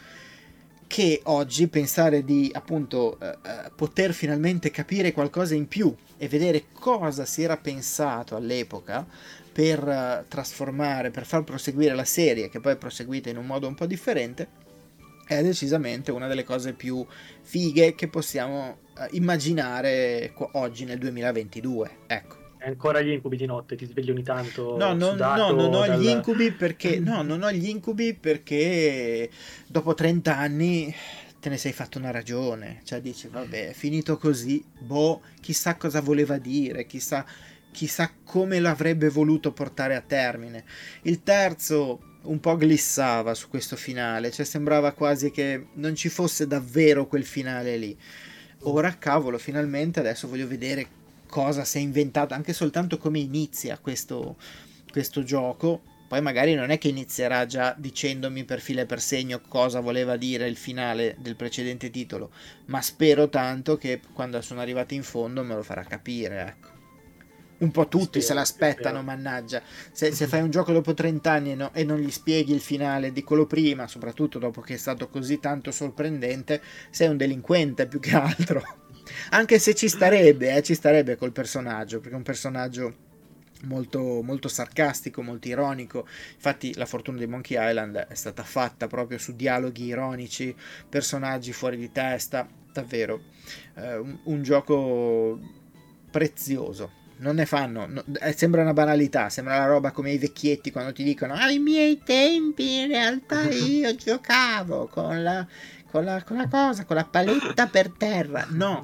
che oggi pensare di appunto uh, uh, poter finalmente capire qualcosa in più e vedere cosa si era pensato all'epoca per uh, trasformare, per far proseguire la serie, che poi è proseguita in un modo un po' differente, è decisamente una delle cose più fighe che possiamo uh, immaginare qu- oggi nel duemilaventidue, ecco. È ancora gli incubi di notte, ti svegli ogni tanto no, no, sudato no, non ho dal... gli incubi perché no, non ho gli incubi perché dopo trenta anni te ne sei fatto una ragione, cioè dici vabbè, è finito così, boh, chissà cosa voleva dire, chissà chissà come l'avrebbe voluto portare a termine. Il terzo un po' glissava su questo finale, cioè sembrava quasi che non ci fosse davvero quel finale lì. Ora cavolo, finalmente adesso voglio vedere cosa si è inventato, anche soltanto come inizia questo, questo gioco. Poi magari non è che inizierà già dicendomi per filo e per segno cosa voleva dire il finale del precedente titolo, ma spero tanto che quando sono arrivati in fondo me lo farà capire, ecco. Un po' tutti spero, se l'aspettano, spero. Mannaggia. Se, se fai un gioco dopo trenta anni no, e non gli spieghi il finale di quello prima, soprattutto dopo che è stato così tanto sorprendente, sei un delinquente più che altro. Anche se ci starebbe, eh, ci starebbe col personaggio, perché è un personaggio molto, molto sarcastico, molto ironico. Infatti la fortuna di Monkey Island è stata fatta proprio su dialoghi ironici, personaggi fuori di testa, davvero eh, un, un gioco prezioso. Non ne fanno, no, eh, sembra una banalità, sembra la roba come i vecchietti quando ti dicono ai miei tempi in realtà io giocavo con la, con la, con la cosa, con la paletta per terra. No,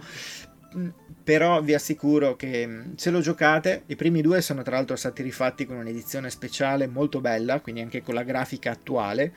però vi assicuro che se lo giocate, i primi due sono tra l'altro stati rifatti con un'edizione speciale molto bella, quindi anche con la grafica attuale,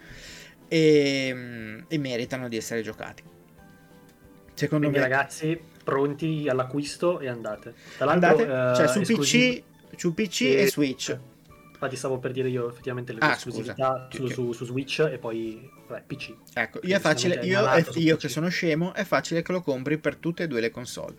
e, e meritano di essere giocati. Secondo quindi me, ragazzi, pronti all'acquisto e andate. Tra l'altro, andate, cioè su esclusiv- P C, su P C e, e Switch. Infatti stavo per dire io effettivamente le ah, esclusività su, su, su Switch e poi vabbè, P C. Ecco, io, è facile, io, è, io che sono scemo, è facile che lo compri per tutte e due le console.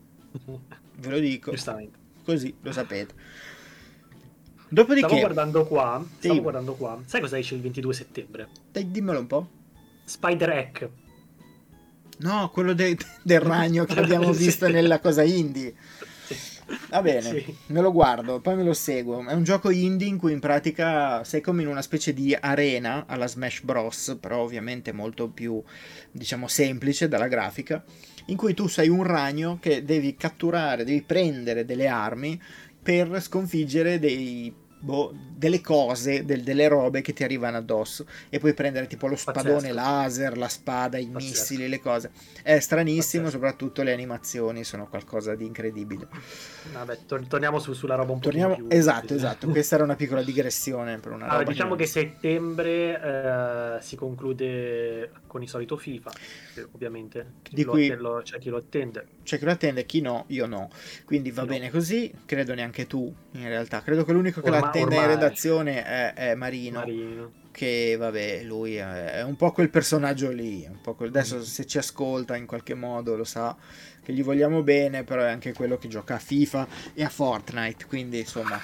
Ve lo dico. Giustamente. Così lo sapete. Dopodiché, stavo guardando qua, stavo sì. guardando qua. Sai cosa esce il ventidue settembre? Dai, dimmelo un po'. Spider-Hack. No, quello de- del ragno che abbiamo visto sì. nella cosa indie. Sì. Va bene, Sì. me lo guardo, poi me lo seguo. È un gioco indie in cui in pratica sei come in una specie di arena alla Smash Bros, però ovviamente molto più, diciamo, semplice dalla grafica, in cui tu sei un ragno che devi catturare, devi prendere delle armi per sconfiggere dei, boh, delle cose, del- delle robe che ti arrivano addosso, e puoi prendere tipo lo spadone Pazzesco. laser, la spada, i Pazzesco. missili, le cose. È stranissimo, Pazzesco. soprattutto le animazioni sono qualcosa di incredibile. Vabbè, tor- torniamo su- sulla roba un po' Torniamo, più... esatto, esatto, questa era una piccola digressione per una Allora, roba diciamo non che ho visto. settembre eh, si conclude con il solito FIFA, che ovviamente Di lo cui- atte- lo- c'è chi lo attende. C'è chi lo attende, chi no, io no. Quindi va Chi no. bene così, credo neanche tu in realtà. Credo che l'unico che Orma- l'attenda in ormai. redazione è, è Marino, Marino. che vabbè, lui è, è un po' quel personaggio lì, è un po' quel- adesso Mm. se ci ascolta in qualche modo lo sa che gli vogliamo bene, però è anche quello che gioca a FIFA e a Fortnite, quindi insomma,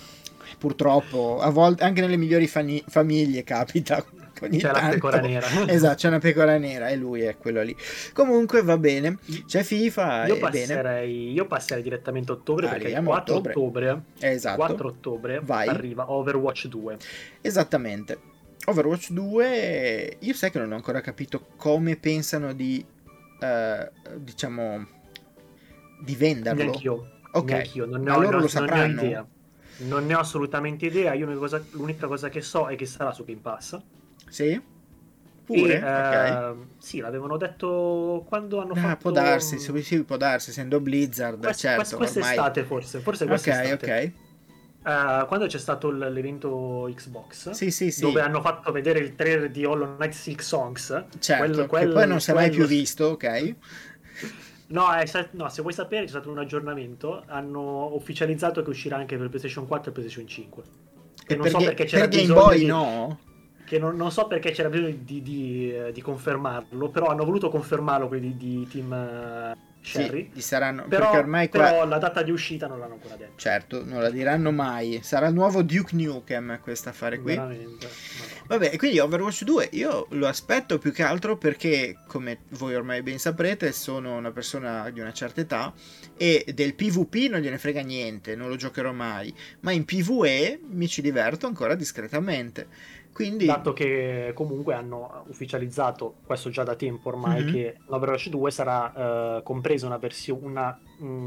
purtroppo a volte anche nelle migliori fani- famiglie capita. Ogni C'è la tanto. pecora nera. Esatto, c'è una pecora nera e lui è quello lì. Comunque va bene, c'è FIFA Io e bene. passerei, io passerei direttamente a ottobre, perché il Arriviamo a quattro ottobre. ottobre, Esatto. quattro ottobre Vai. arriva Overwatch due. Esattamente. Overwatch due, io sai che non ho ancora capito come pensano di, eh, diciamo, di venderlo. Neanch'io. Ok, Neanch'io. Non ne ma ho, loro non- lo non ne ho sapranno? idea. Non ne ho assolutamente idea. Io l'unica cosa, l'unica cosa che so è che sarà su Game Pass. Sì? Pure? E, Ok. eh, sì, l'avevano detto quando hanno Ah, fatto... può darsi, sì, sì, può darsi, essendo Blizzard, Quest- certo, quest- quest'estate forse, forse ormai... Ok, quest'estate. ok. Eh, quando c'è stato l- l'evento Xbox, Sì, sì, sì. dove hanno fatto vedere il trailer di Hollow Knight Silk Songs, Certo, quel- che quel- poi non si è mai quello- più visto, ok? No, è sta- no, se vuoi sapere c'è stato un aggiornamento, hanno ufficializzato che uscirà anche per PlayStation quattro e PlayStation cinque. Che E non per, so Ga- perché c'era per Game bisogno Boy di... no? Che non, non so perché c'era bisogno di, di, eh, di confermarlo, però hanno voluto confermarlo quelli di, di Team eh, Sherry. Sì, gli saranno... Però, perché ormai qua... però la data di uscita non l'hanno ancora detto. Certo, non la diranno mai. Sarà il nuovo Duke Nukem questo affare qui. Veramente. Madonna. Vabbè, e quindi Overwatch due io lo aspetto più che altro perché, come voi ormai ben saprete, sono una persona di una certa età e del PvP non gliene frega niente, non lo giocherò mai, ma in PvE mi ci diverto ancora discretamente. Quindi... Dato che comunque hanno ufficializzato, questo già da tempo ormai, Mhm. che l'Overwatch due sarà eh, compresa una versione, una... mm,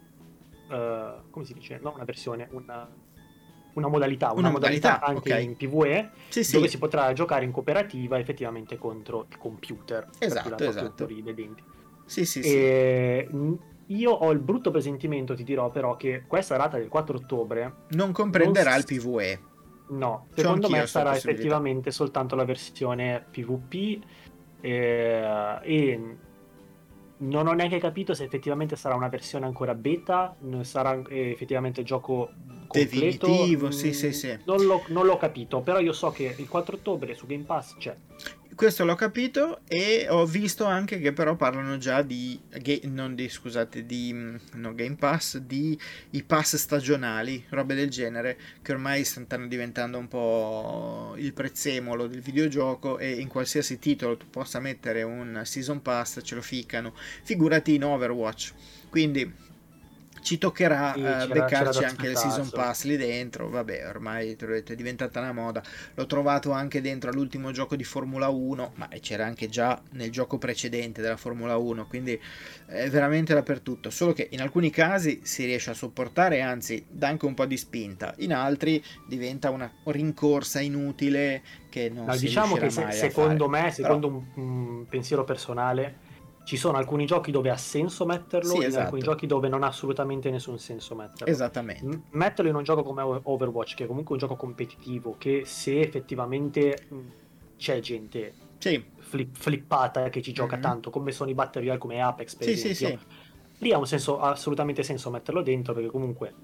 eh, come si dice? No, una versione, una, una modalità, una, Una modalità, modalità, anche ok. in PvE, Sì, sì, dove si potrà giocare in cooperativa effettivamente contro il computer. per Esatto, tirarla esatto. fuori i denti. sì, sì, sì. E mm, io ho il brutto presentimento, ti dirò però, che questa data del quattro ottobre, Non comprenderà non il s- PvE. no, C'ho secondo anch'io me sta sarà possibilità. effettivamente soltanto la versione PvP eh, e non ho neanche capito se effettivamente sarà una versione ancora beta, n- sarà eh, effettivamente il gioco completo. Definitivo, sì, Mm, sì, sì. Non l'ho, non l'ho capito, però io so che il quattro ottobre su Game Pass c'è. Questo l'ho capito e ho visto anche che però parlano già di, ga- non di, scusate, di, mm, no, Game Pass, di i pass stagionali, robe del genere, che ormai stanno diventando un po' il prezzemolo del videogioco e in qualsiasi titolo tu possa mettere un Season Pass ce lo ficcano, figurati in Overwatch. Quindi ci toccherà Sì, eh, c'era- beccarci c'era da anche il aspettarsi. Season Pass lì dentro, vabbè, ormai te l'ho detto, è diventata una moda. L'ho trovato anche dentro all'ultimo gioco di Formula uno, ma c'era anche già nel gioco precedente della Formula uno, quindi è veramente dappertutto. Solo che in alcuni casi si riesce a sopportare, anzi dà anche un po' di spinta, in altri diventa una rincorsa inutile che non No, si diciamo riuscirà che se- mai a secondo fare. me, secondo un, un pensiero personale, ci sono alcuni giochi dove ha senso metterlo Sì, e esatto. alcuni giochi dove non ha assolutamente nessun senso metterlo. Esattamente. M- metterlo in un gioco come O- Overwatch, che è comunque un gioco competitivo, che se effettivamente mh, c'è gente Sì, flip- flippata che ci gioca Mhm. tanto, come sono i Battle Royale, come Apex per sì, sì, esempio, sì. lì ha un senso, ha assolutamente senso metterlo dentro, perché comunque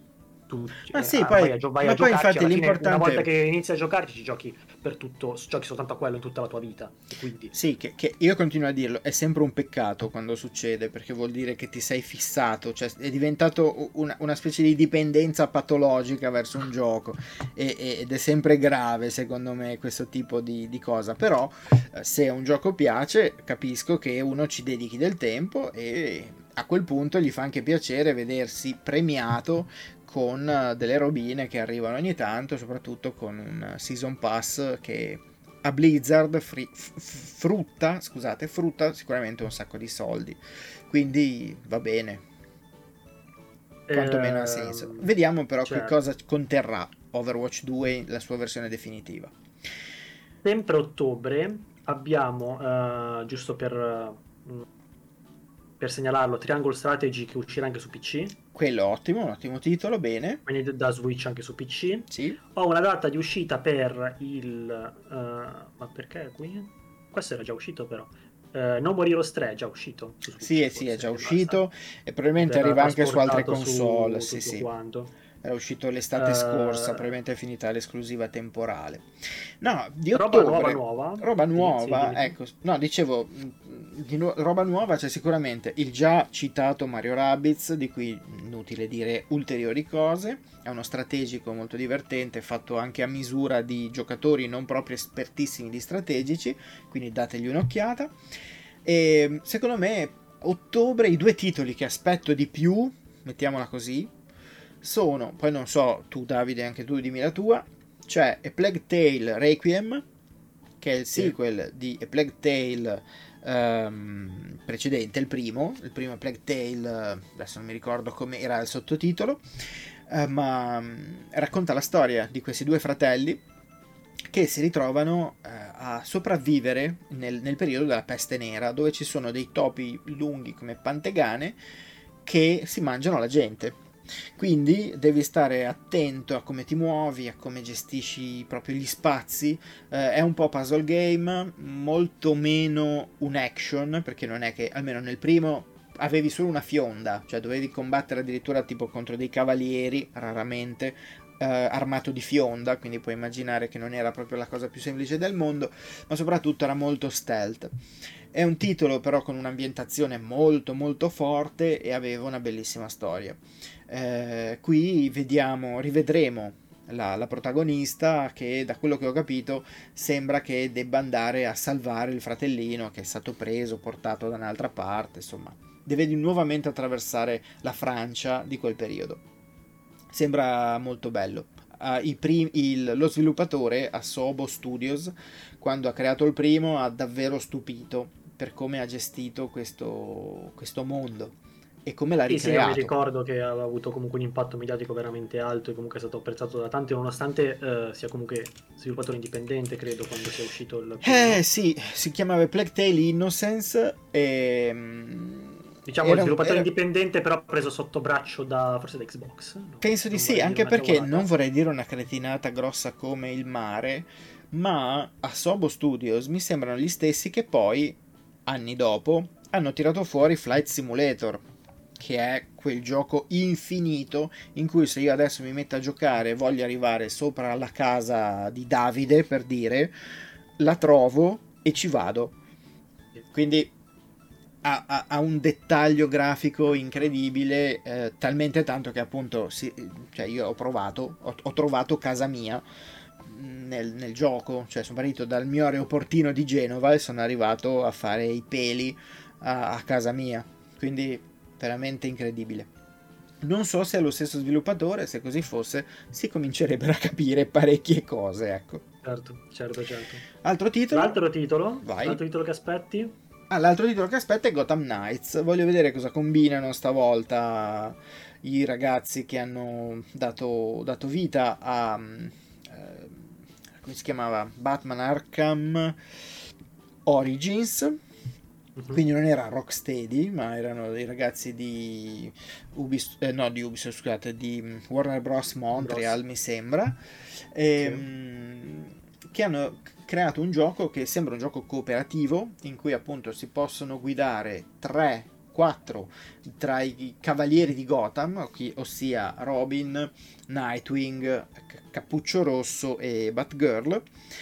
tu Ma eh, sì, ah, vai poi, a, gio- vai ma a poi giocarci, infatti alla fine una volta l'importante. che inizi a giocarci ci giochi per tutto, giochi soltanto a quello in tutta la tua vita, e quindi Sì, che, che io continuo a dirlo, è sempre un peccato quando succede, perché vuol dire che ti sei fissato, cioè è diventato una, una specie di dipendenza patologica verso un gioco e- e- ed è sempre grave secondo me questo tipo di, di cosa, però eh, se un gioco piace capisco che uno ci dedichi del tempo e a quel punto gli fa anche piacere vedersi premiato con eh, delle robine che arrivano ogni tanto, soprattutto con un season pass che a Blizzard fri- f- frutta, scusate, frutta sicuramente un sacco di soldi. Quindi va bene, quantomeno ha senso. ehm, Vediamo però che certo. cosa conterrà Overwatch due, la sua versione definitiva. Sempre a ottobre abbiamo, eh, giusto per, eh, per segnalarlo, Triangle Strategy che uscirà anche su P C, Quello ottimo, un ottimo titolo, bene. quindi da Switch anche su P C. Sì, Ho una data di uscita per il... eh, ma perché qui? Questo era già uscito però. Eh, No More Heroes tre è già uscito su sì, Switch eh, sì, è già forse, e basta. uscito e probabilmente Verrà arriva anche su altre trasportato console, su sì, tutto sì. quanto. Era uscito l'estate scorsa, Eh, probabilmente è finita l'esclusiva temporale. No, di roba nuova ottobre, nuova. roba Sì, sì, nuova, dimmi tu. ecco, no, dicevo, mh, di nu- roba nuova c'è sicuramente il già citato Mario Rabbids, di cui inutile dire ulteriori cose, è uno strategico molto divertente, fatto anche a misura di giocatori non proprio espertissimi di strategici, quindi dategli un'occhiata. E secondo me, ottobre, i due titoli che aspetto di più, mettiamola così, sono, poi non so, tu Davide, anche tu dimmi la tua, c'è A Plague Tale Requiem, che è il Sì. sequel di A Plague Tale ehm, precedente, il primo, il primo A Plague Tale, adesso non mi ricordo come era il sottotitolo, eh, ma mm, racconta la storia di questi due fratelli che si ritrovano eh, a sopravvivere nel, nel periodo della peste nera, dove ci sono dei topi lunghi come pantegane che si mangiano la gente. Quindi devi stare attento a come ti muovi, a come gestisci proprio gli spazi. Eh, è un po' puzzle game, molto meno un action, perché non è che, almeno nel primo, avevi solo una fionda, cioè dovevi combattere addirittura tipo contro dei cavalieri, raramente, eh, armato di fionda, quindi puoi immaginare che non era proprio la cosa più semplice del mondo, ma soprattutto era molto stealth. È un titolo però con un'ambientazione molto molto forte e aveva una bellissima storia. Eh, qui vediamo, rivedremo la, la protagonista che da quello che ho capito sembra che debba andare a salvare il fratellino che è stato preso, portato da un'altra parte, insomma, deve di nuovamente attraversare la Francia di quel periodo. Sembra molto bello. Uh, i prim- il- lo sviluppatore Asobo Studios, quando ha creato il primo, ha davvero stupito per come ha gestito questo, questo mondo e come l'ha Sì, sì, io mi ricreato. ricordo che aveva avuto comunque un impatto mediatico veramente alto e comunque è stato apprezzato da tanti, nonostante eh, sia comunque sviluppatore indipendente, credo, quando sia uscito il primo, Eh no? sì, si chiamava Plague Tale Innocence e mm, Diciamo era, sviluppatore era- indipendente, però preso sotto braccio da forse da Xbox. No, penso di non sì, vorrei dire anche una perché non cavolata. vorrei dire una cretinata grossa come il mare, ma Asobo Studios mi sembrano gli stessi che poi, anni dopo, hanno tirato fuori Flight Simulator, che è quel gioco infinito in cui se io adesso mi metto a giocare e voglio arrivare sopra la casa di Davide, per dire, la trovo e ci vado. Quindi ha, ha- ha un dettaglio grafico incredibile, eh, talmente tanto che appunto si- cioè io ho provato, ho, ho trovato casa mia nel, nel gioco, cioè sono partito dal mio aeroportino di Genova e sono arrivato a fare i peli a, a casa mia, quindi veramente incredibile. Non so se è lo stesso sviluppatore, se così fosse si comincerebbero a capire parecchie cose, ecco. Certo, certo, certo. Altro titolo? L'altro titolo, Vai. l'altro titolo che aspetti? Ah, l'altro titolo che aspetta è Gotham Knights. Voglio vedere cosa combinano stavolta i ragazzi che hanno dato, dato vita a... eh, come si chiamava? Batman Arkham Origins. Mhm. Quindi non era Rocksteady, ma erano dei ragazzi di Ubisoft, eh, no, di Ubisoft, scusate, di Warner Bros. Bros. Montreal, mi sembra, Sì. ehm, che hanno creato un gioco che sembra un gioco cooperativo in cui appunto si possono guidare tre quattro tra i cavalieri di Gotham, ossia Robin, Nightwing, Cappuccio Rosso e Batgirl,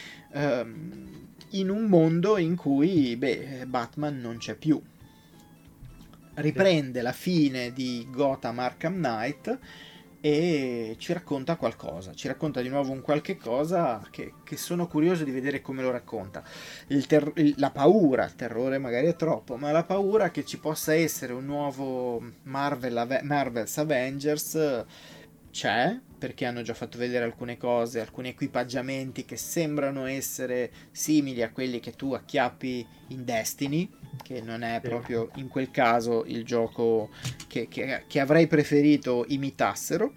ehm, in un mondo in cui beh, Batman non c'è più. Riprende la fine di Gotham Arkham Knight e ci racconta qualcosa, ci racconta di nuovo un qualche cosa che, che sono curioso di vedere come lo racconta. Il ter- il, la paura, il terrore magari è troppo, ma la paura che ci possa essere un nuovo Marvel Ave- Marvel's Avengers c'è, perché hanno già fatto vedere alcune cose, alcuni equipaggiamenti che sembrano essere simili a quelli che tu acchiappi in Destiny, che non è proprio in quel caso il gioco che, che, che avrei preferito imitassero,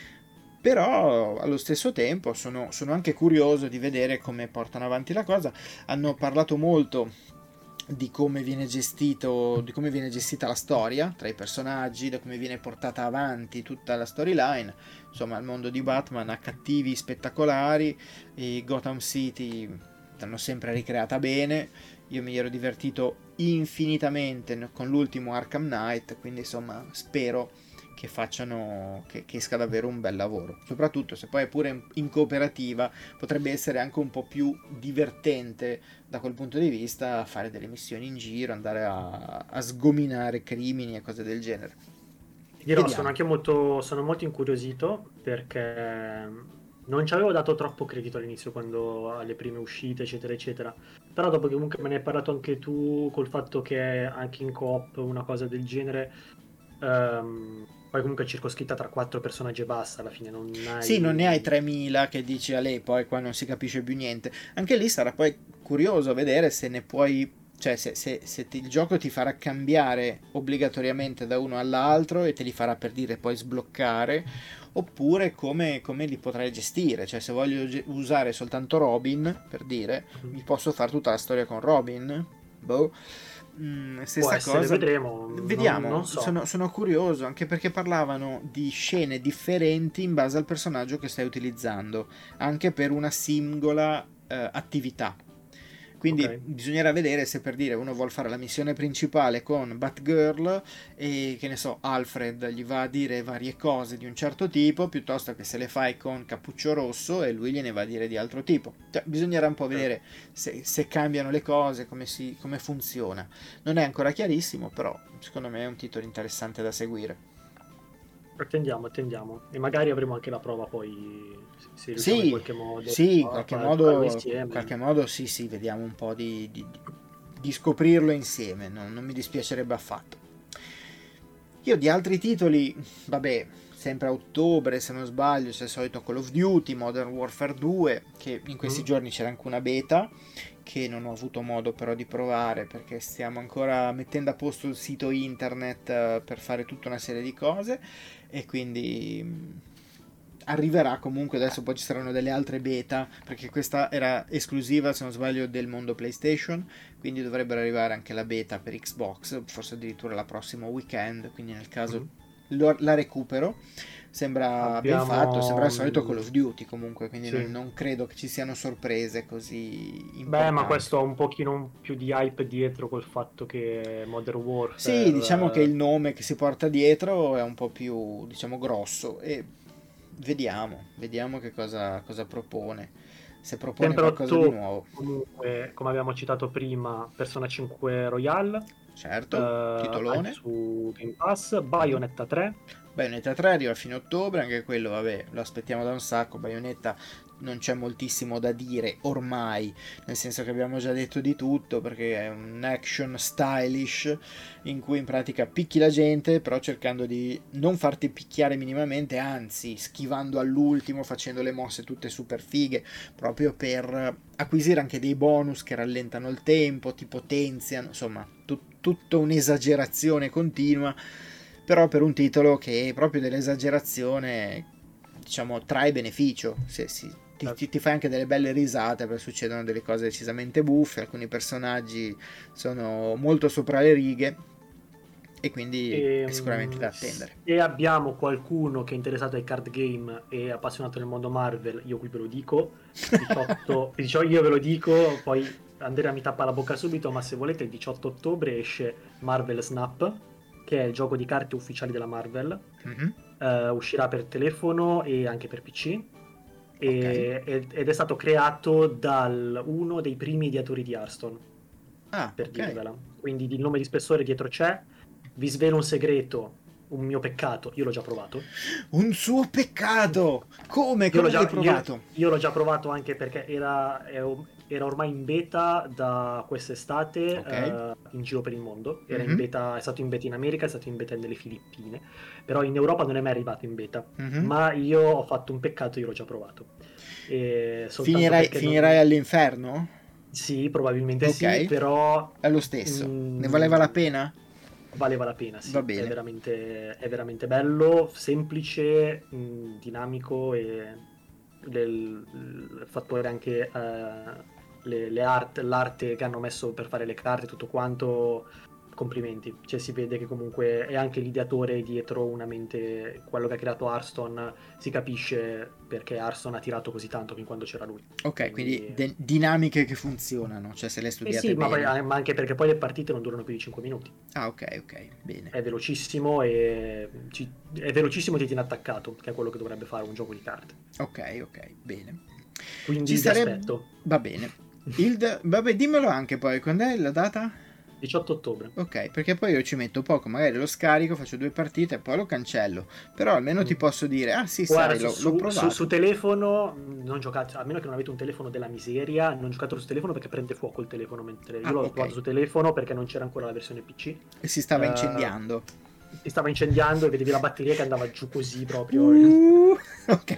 però allo stesso tempo sono, sono anche curioso di vedere come portano avanti la cosa. Hanno parlato molto di come viene gestito, di come viene gestita la storia tra i personaggi, da come viene portata avanti tutta la storyline. Insomma, il mondo di Batman ha cattivi spettacolari e Gotham City l'hanno sempre ricreata bene. Io mi ero divertito infinitamente con l'ultimo Arkham Knight, quindi insomma spero che facciano, che, che esca davvero un bel lavoro, soprattutto se poi è pure in cooperativa, potrebbe essere anche un po' più divertente da quel punto di vista fare delle missioni in giro, andare a, a sgominare crimini e cose del genere. Dirò, Vediamo. sono anche molto, sono molto incuriosito perché non ci avevo dato troppo credito all'inizio quando alle prime uscite eccetera eccetera, però dopo che comunque me ne hai parlato anche tu col fatto che è anche in coop una cosa del genere, um, poi comunque è circoscritta tra quattro personaggi e basta, alla fine non hai... Sì, non ne hai tremila che dici a lei, poi qua non si capisce più niente. Anche lì sarà poi curioso vedere se ne puoi, cioè se, se, se ti, il gioco ti farà cambiare obbligatoriamente da uno all'altro e te li farà per dire poi sbloccare, oppure come, come li potrai gestire. Cioè se voglio ge- usare soltanto Robin, per dire, mm. mi posso fare tutta la storia con Robin? Boh. Mm, stessa essere, cosa, vedremo. Vediamo, non, non so. sono, sono curioso anche perché parlavano di scene differenti in base al personaggio che stai utilizzando, anche per una singola eh, attività. Quindi okay. bisognerà vedere se, per dire, uno vuole fare la missione principale con Batgirl e che ne so, Alfred gli va a dire varie cose di un certo tipo, piuttosto che se le fai con Cappuccio Rosso e lui gliene va a dire di altro tipo. Cioè, bisognerà un po' vedere se, se cambiano le cose, come, si, come funziona. Non è ancora chiarissimo, però secondo me è un titolo interessante da seguire. Attendiamo, attendiamo. E magari avremo anche la prova poi, se riusciamo sì, in qualche modo. Sì, in qualche modo, in qualche modo sì, sì, vediamo un po' di, di, di scoprirlo insieme, non, non mi dispiacerebbe affatto. Io di altri titoli, vabbè, sempre a ottobre se non sbaglio, c'è il solito Call of Duty, Modern Warfare due, che in questi mm. giorni c'era anche una beta, che non ho avuto modo però di provare perché stiamo ancora mettendo a posto il sito internet uh, per fare tutta una serie di cose e quindi mh, arriverà comunque. Adesso poi ci saranno delle altre beta perché questa era esclusiva se non sbaglio del mondo PlayStation, quindi dovrebbero arrivare anche la beta per Xbox, forse addirittura la prossima weekend, quindi nel caso mm. lo, la recupero. Sembra Abbiamo... ben fatto, sembra il solito Call of Duty comunque, quindi sì. non, non credo che ci siano sorprese così importanti. Beh, ma questo ha un pochino più di hype dietro col fatto che Modern Warfare... Sì, diciamo che il nome che si porta dietro è un po' più, diciamo, grosso e vediamo, vediamo che cosa, cosa propone. Se propone Sempre qualcosa otto, di nuovo. Comunque, come abbiamo citato prima, Persona cinque Royale. Certo, uh, titolone. Su Game Pass, Bayonetta tre. Bayonetta tre arriva a fine ottobre, anche quello, vabbè, lo aspettiamo da un sacco. Bayonetta non c'è moltissimo da dire ormai, nel senso che abbiamo già detto di tutto, perché è un action stylish in cui in pratica picchi la gente, però cercando di non farti picchiare minimamente, anzi schivando all'ultimo, facendo le mosse tutte super fighe, proprio per acquisire anche dei bonus che rallentano il tempo, ti potenziano, insomma, tut- tutta un'esagerazione continua. Però per un titolo che proprio dell'esagerazione, diciamo, trae beneficio, se, si, ti, ti, ti fai anche delle belle risate perché succedono delle cose decisamente buffe, alcuni personaggi sono molto sopra le righe e quindi e, è sicuramente da attendere. Se abbiamo qualcuno che è interessato ai card game e appassionato del mondo Marvel, io qui ve lo dico, diciotto, diciamo, io ve lo dico, poi Andrea mi tappa la bocca subito, ma se volete il diciotto ottobre esce Marvel Snap, che è il gioco di carte ufficiali della Marvel. Mhm. Uh, uscirà per telefono e anche per P C. E, Ok. ed ed è stato creato da uno dei primi ideatori di Hearthstone, Ah, per ok. dirvela. Quindi il nome di spessore dietro c'è. Vi svelo un segreto, un mio peccato, io l'ho già provato. Un suo peccato! Come? Io l'ho Come l'hai già, io, provato? io l'ho già provato anche perché era, è- era ormai in beta da quest'estate Ok. eh, in giro per il mondo. Era in Mhm. beta, è stato in beta in America, è stato in beta nelle Filippine, però in Europa non è mai arrivato in beta. Mhm. Ma io ho fatto un peccato, io l'ho già provato. E soltanto Finirai, perché finirai non... all'inferno? Sì, probabilmente sì, Ok. però È lo stesso. Ne mm, valeva la pena? valeva la pena, Va sì. È bene. veramente, è veramente bello, semplice, mm, dinamico e del- il fattore anche eh, le, le art- l'arte che hanno messo per fare le carte, tutto quanto, complimenti. Cioè si vede che comunque è anche l'ideatore dietro una mente, quello che ha creato Hearthstone, si capisce perché Hearthstone ha tirato così tanto fin quando c'era lui. Ok, quindi Quindi... de- dinamiche che funzionano, cioè se le Eh studiate sì, ma, poi- bene. ma anche perché poi le partite non durano più di cinque minuti. Ah, ok, ok, bene. È velocissimo e ci- è velocissimo e ti tiene attaccato, che è quello che dovrebbe fare un gioco di carte. Ok, ok, bene. Ci Quindi vi sarebbe... aspetto. Va bene. Il... d- Vabbè, dimmelo anche poi, quando è la data? diciotto ottobre. Ok, perché poi io ci metto poco, magari lo scarico, faccio due partite e poi lo cancello. Però almeno ti Mm. posso dire, ah sì, Guarda, sai, su, l'ho, l'ho su- su- su provato. telefono mh, non giocate, a meno che non avete un telefono della miseria, non giocate su telefono perché prende fuoco il telefono mentre io Ah, l'ho ok. provato su telefono perché non c'era ancora la versione P C. E si stava Eh, incendiando. si stava incendiando e vedevi la batteria che andava giù così proprio. Uh, ok.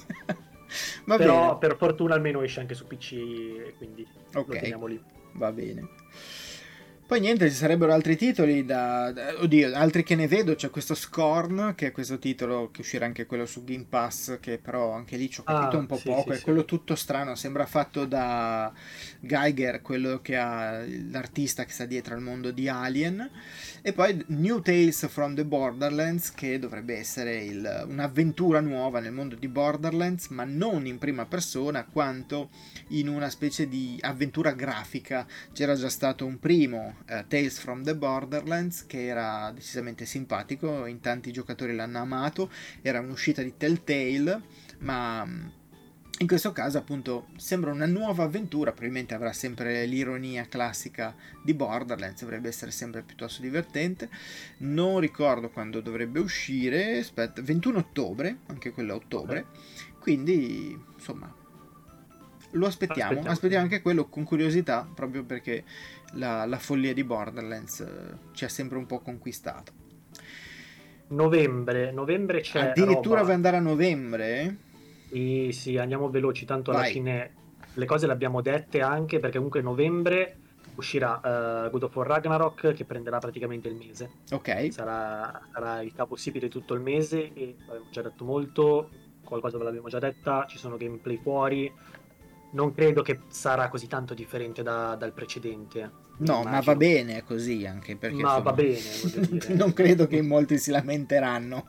Va bene. Però per fortuna almeno esce anche su P C e quindi lo Ok, teniamo lì. va bene. Poi niente, ci sarebbero altri titoli da, da- oddio, altri che ne vedo, c'è questo Scorn, che è questo titolo che uscirà anche quello su Game Pass, che però anche lì ci ho capito un Ah, po' sì, sì, poco, è sì. quello tutto strano, sembra fatto da Geiger, quello che ha l'artista che sta dietro al mondo di Alien, e poi New Tales from the Borderlands, che dovrebbe essere il- un'avventura nuova nel mondo di Borderlands, ma non in prima persona, quanto in una specie di avventura grafica. C'era già stato un primo, uh, Tales from the Borderlands, che era decisamente simpatico, in tanti giocatori l'hanno amato, era un'uscita di Telltale, ma in questo caso appunto sembra una nuova avventura, probabilmente avrà sempre l'ironia classica di Borderlands, dovrebbe essere sempre piuttosto divertente. Non ricordo quando dovrebbe uscire, aspetta, ventuno ottobre, anche quello a ottobre, Ok. quindi insomma lo aspettiamo, Aspettiamo. aspettiamo anche quello con curiosità, proprio perché la, la follia di Borderlands eh, ci ha sempre un po' conquistato. Novembre, novembre c'è Addirittura vuoi roba. andare a novembre? Sì, sì, andiamo veloci, tanto alla Vai. fine le cose le abbiamo dette anche perché comunque novembre uscirà eh, God of War Ragnarok che prenderà praticamente il mese. Ok. Sarà, sarà il capostipite tutto il mese e abbiamo già detto molto, qualcosa ve l'abbiamo già detta, ci sono gameplay fuori. Non credo che sarà così tanto differente da- dal precedente, No, ma va immagino. bene così, anche perché Ma va insomma bene, voglio dire. non credo che in molti si lamenteranno.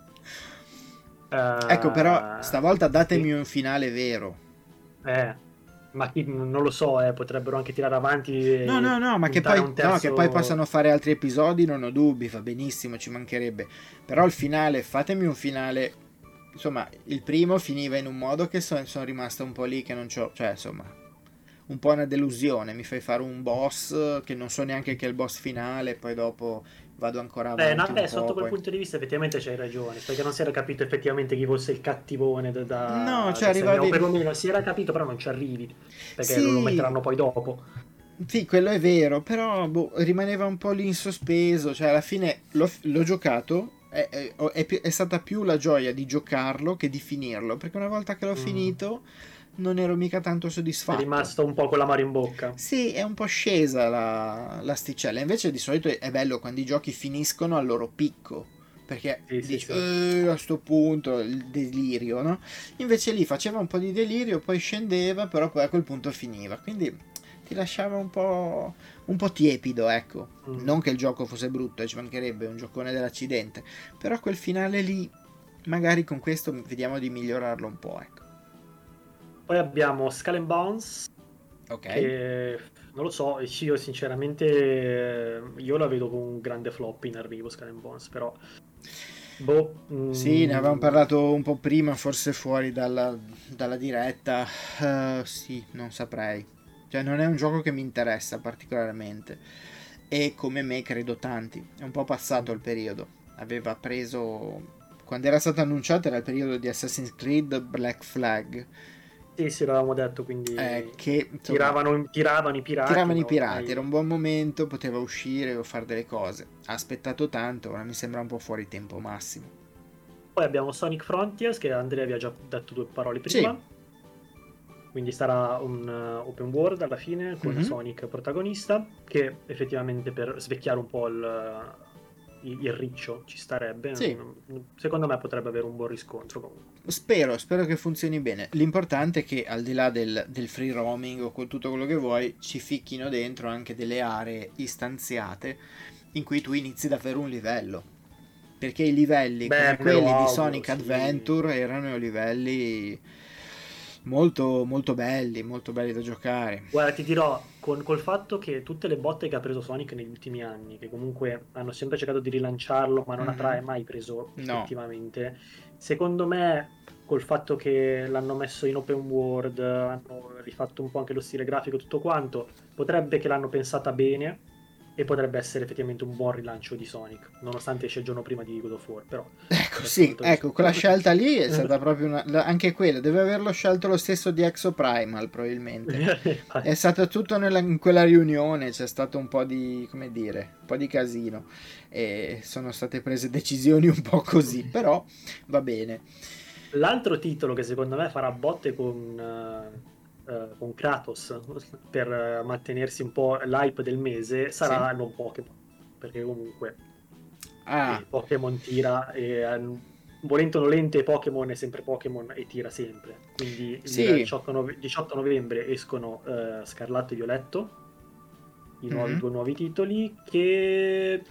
Ecco, però Eh, stavolta datemi sì, un finale vero. eh, ma chi- non lo so, eh, potrebbero anche tirare avanti No, e no, no, ma che puntare a poi, un no, che poi terzo. possano fare altri episodi, non ho dubbi, va benissimo, ci mancherebbe. Però il finale, fatemi un finale. Insomma, il primo finiva in un modo che so- sono rimasto un po' lì, che non c'ho, cioè, insomma, un po' una delusione. Mi fai fare un boss che non so neanche che è il boss finale, poi dopo vado ancora Beh, no, avanti un beh, po', sotto quel poi... punto di vista effettivamente c'hai ragione, perché non si era capito effettivamente chi fosse il cattivone da, No, da, cioè da Sam Neill, o arrivavi... perlomeno si era capito, però non ci arrivi, perché lo, lo Sì, metteranno poi dopo. sì, quello è vero, però boh, rimaneva un po' lì in sospeso, cioè alla fine l'ho, l'ho giocato, è, è- è pi- è stata più la gioia di giocarlo che di finirlo, perché una volta che l'ho Mm. finito non ero mica tanto È soddisfatto. rimasto un po' con l'amaro in bocca. Sì, è un po' scesa la, l'asticella, invece di solito è bello quando i giochi finiscono al loro picco, perché Sì, sì, dici, sì. "Eh, a sto punto il delirio, no? Invece lì faceva un po' di delirio, poi scendeva, però poi a quel punto finiva, quindi ti lasciava un po', un po' tiepido, ecco. Mm. Non che il gioco fosse brutto, eh, ci mancherebbe, è un giocone dell'accidente, però quel finale lì, magari con questo vediamo di migliorarlo un po', ecco. Poi abbiamo Skull and Bones, Ok? che Non lo so, io sinceramente eh, io la vedo con un grande flop in arrivo Skull and Bones, però boh, Sì, ne avevamo mm, parlato un po' prima, forse fuori dalla, dalla diretta. Eh, sì, non saprei. Cioè, non è un gioco che mi interessa particolarmente. E come me, credo tanti. È un po' passato il periodo. Aveva preso. Quando era stato annunciato era il periodo di Assassin's Creed Black Flag. sì, sì, l'avevamo detto, Eh, quindi che insomma. tiravano, tiravano i pirati, Tiravano i ma pirati, era ormai... un buon momento, poteva uscire o fare delle cose. Ha aspettato tanto, ora mi sembra un po' fuori tempo massimo. Poi abbiamo Sonic Frontiers, che Andrea vi ha già detto due parole Sì. prima, quindi sarà un uh, open world alla fine con Mhm. Sonic protagonista, che effettivamente per svecchiare un po' il, il, il riccio ci starebbe. Sì. Secondo me potrebbe avere un buon riscontro comunque. Spero, spero che funzioni bene. L'importante è che al di là del, del free roaming o con tutto quello che vuoi, ci ficchino dentro anche delle aree istanziate in cui tu inizi davvero un livello. Perché i livelli Beh, come me lo quelli di auguro, Sonic sì. Adventure erano livelli molto, molto belli, molto belli da giocare. Guarda, ti dirò, con, col fatto che tutte le botte che ha preso Sonic negli ultimi anni, che comunque hanno sempre cercato di rilanciarlo, ma non Mhm. ha mai preso No. effettivamente, secondo me, col fatto che l'hanno messo in open world, hanno rifatto un po' anche lo stile grafico e tutto quanto, potrebbe che l'hanno pensata bene e potrebbe essere effettivamente un buon rilancio di Sonic, nonostante esce il giorno prima di God of War, però Ecco, questo è un sì, altro ecco, discorso. quella scelta lì è stata proprio una. la- Anche quella, deve averlo scelto lo stesso di Exo Primal, probabilmente. È stato tutto nella- in quella riunione, c'è stato un po' di, come dire, un po' di casino e sono state prese decisioni un po' così, però va bene. L'altro titolo che secondo me farà botte con, eh, eh, con Kratos per eh, mantenersi un po' l'hype del mese Sì? sarà non Pokémon, perché comunque Ah, eh, Pokémon tira e eh, volente o nolente Pokémon è sempre Pokémon e tira sempre. Quindi il sì. diciotto, nove- diciotto novembre escono eh, Scarlatto e Violetto, i nuovi, Mhm. due nuovi titoli che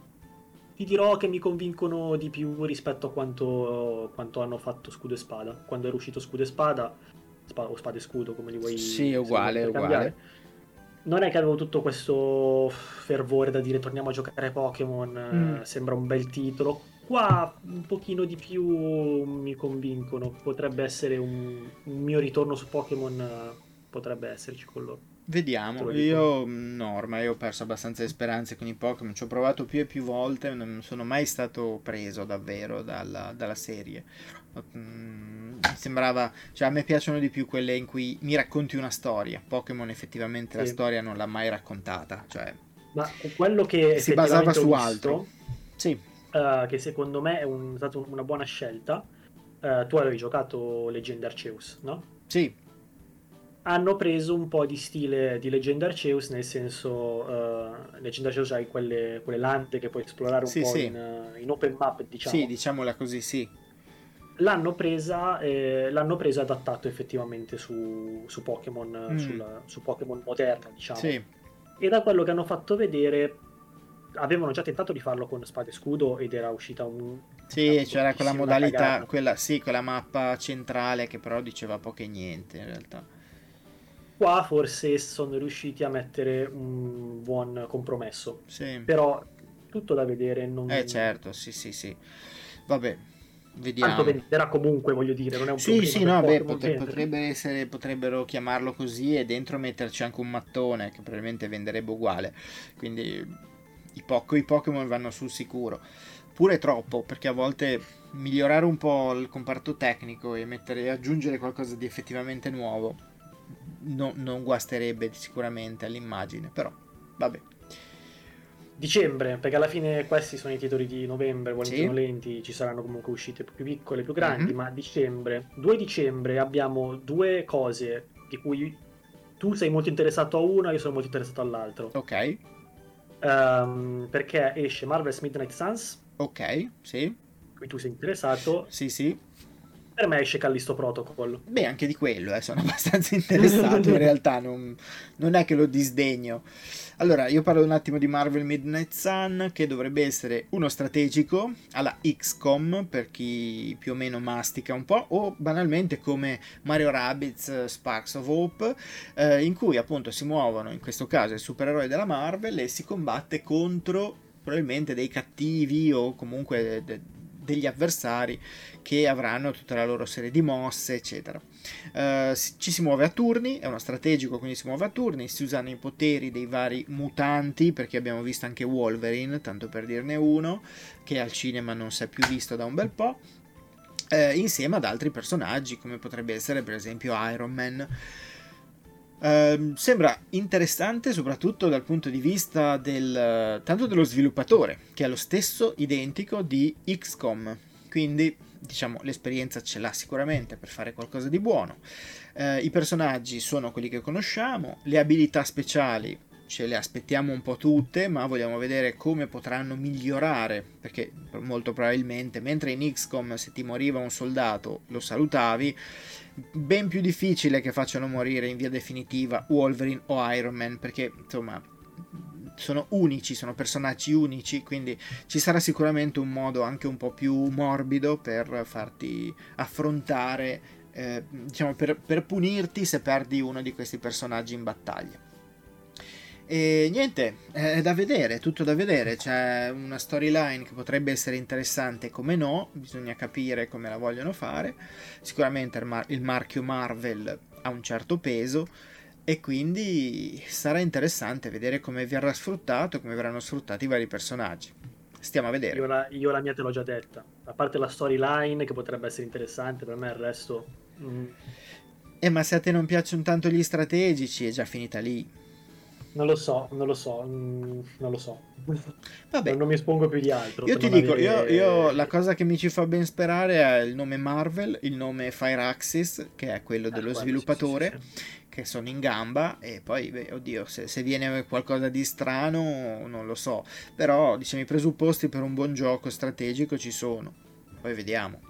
ti dirò che mi convincono di più rispetto a quanto, quanto hanno fatto Scudo e Spada. Quando era uscito Scudo e Spada, spa- o Spada e Scudo, come li Sì, vuoi, se li vuoi uguale, uguale. intercambiare, non è che avevo tutto questo fervore da dire torniamo a giocare a Pokémon, Mm. eh, sembra un bel titolo. Qua un pochino di più mi convincono, potrebbe essere un, un mio ritorno su Pokémon, eh, potrebbe esserci con loro, te Vediamo, lo dico. io mm, no, ormai ho perso abbastanza le speranze con i Pokémon, ci ho provato più e più volte, non sono mai stato preso davvero dalla, dalla serie. Mm, mi sembrava, cioè a me piacciono di più quelle in cui mi racconti una storia. Pokémon effettivamente la Sì. storia non l'ha mai raccontata, cioè Ma quello che si basava effettivamente ho su altro. visto, Sì, eh, che secondo me è un- stata un- una buona scelta. Eh, tu avevi giocato Legend Arceus, no? sì, Hanno preso un po' di stile di Legend Arceus, nel senso, eh, Legend Arceus hai quelle, quelle lande che puoi esplorare un sì, po' sì, in, eh, in open map, sì, diciamo. diciamola così, sì. L'hanno presa, eh, l'hanno preso e adattato effettivamente su, su Pokémon, eh, Mm, sulla- su Pokémon moderna, diciamo. sì, E da quello che hanno fatto vedere, avevano già tentato di farlo con Spada e Scudo ed era uscita un- una sì, c'era quella bruttissima modalità, cagata. quella, sì, quella mappa centrale che però diceva poco e niente in realtà. Qua forse sono riusciti a mettere un buon compromesso, Sì. però tutto da vedere, Eh non... certo, sì sì sì. Vabbè, tanto vediamo. venderà comunque, voglio dire, non è un Sì, problema sì, per no, beh, Pokémon pot- vendere. potrebbe essere, potrebbero chiamarlo così e dentro metterci anche un mattone che probabilmente venderebbe uguale. Quindi i, po- i Pokémon vanno sul sicuro. Pure troppo, perché a volte migliorare un po' il comparto tecnico e mettere, aggiungere qualcosa di effettivamente nuovo no- non guasterebbe sicuramente all'immagine, però vabbè. Dicembre, perché alla fine questi sono i titoli di novembre, volenti o Sì. nolenti, ci saranno comunque uscite più piccole, più grandi, Mhm. ma dicembre, due dicembre abbiamo due cose di cui tu sei molto interessato a una, io sono molto interessato all'altro. Ok, Ehm, perché esce Marvel's Midnight Suns, ok, sì, cui tu sei interessato, sì, sì. Per me esce Callisto Protocol. Beh, anche di quello, eh, sono abbastanza interessato, in realtà non, non è che lo disdegno. Allora, io parlo un attimo di Marvel Midnight Sun, che dovrebbe essere uno strategico alla X COM, per chi più o meno mastica un po', o banalmente come Mario Rabbids Sparks of Hope, eh, in cui appunto si muovono, in questo caso, i supereroi della Marvel e si combatte contro probabilmente dei cattivi o comunque de- de- degli avversari che avranno tutta la loro serie di mosse, eccetera. Uh, ci si muove a turni, è uno strategico, quindi si muove a turni, si usano i poteri dei vari mutanti, perché abbiamo visto anche Wolverine, tanto per dirne uno, che al cinema non si è più visto da un bel po', uh, insieme ad altri personaggi, come potrebbe essere per esempio Iron Man. Uh, sembra interessante soprattutto dal punto di vista del tanto dello sviluppatore, che è lo stesso identico di X COM, quindi diciamo l'esperienza ce l'ha sicuramente per fare qualcosa di buono. Uh, i personaggi sono quelli che conosciamo, le abilità speciali ce le aspettiamo un po' tutte, ma vogliamo vedere come potranno migliorare, perché molto probabilmente mentre in X COM se ti moriva un soldato lo salutavi, ben più difficile che facciano morire in via definitiva Wolverine o Iron Man, perché insomma sono unici, sono personaggi unici, quindi ci sarà sicuramente un modo anche un po' più morbido per farti affrontare, eh, diciamo per, per punirti se perdi uno di questi personaggi in battaglia. E niente, è da vedere, tutto da vedere, c'è una storyline che potrebbe essere interessante, come no, bisogna capire come la vogliono fare. Sicuramente il, mar- il marchio Marvel ha un certo peso e quindi sarà interessante vedere come verrà sfruttato, come verranno sfruttati i vari personaggi. Stiamo a vedere. Io la, io la mia te l'ho già detta, a parte la storyline che potrebbe essere interessante, per me il resto... Mm. Eh ma se a te non piacciono tanto gli strategici è già finita lì. Non lo so, non lo so, mm, non lo so. Vabbè, non, non mi espongo più di altro. io per ti non dico, io, avere... io la cosa che mi ci fa ben sperare è il nome Marvel, il nome Firaxis, che è quello Eh, dello quello, sviluppatore, sì, sì, sì. che sono in gamba, e poi, beh, oddio, se, se viene qualcosa di strano non lo so, però diciamo i presupposti per un buon gioco strategico ci sono, poi vediamo.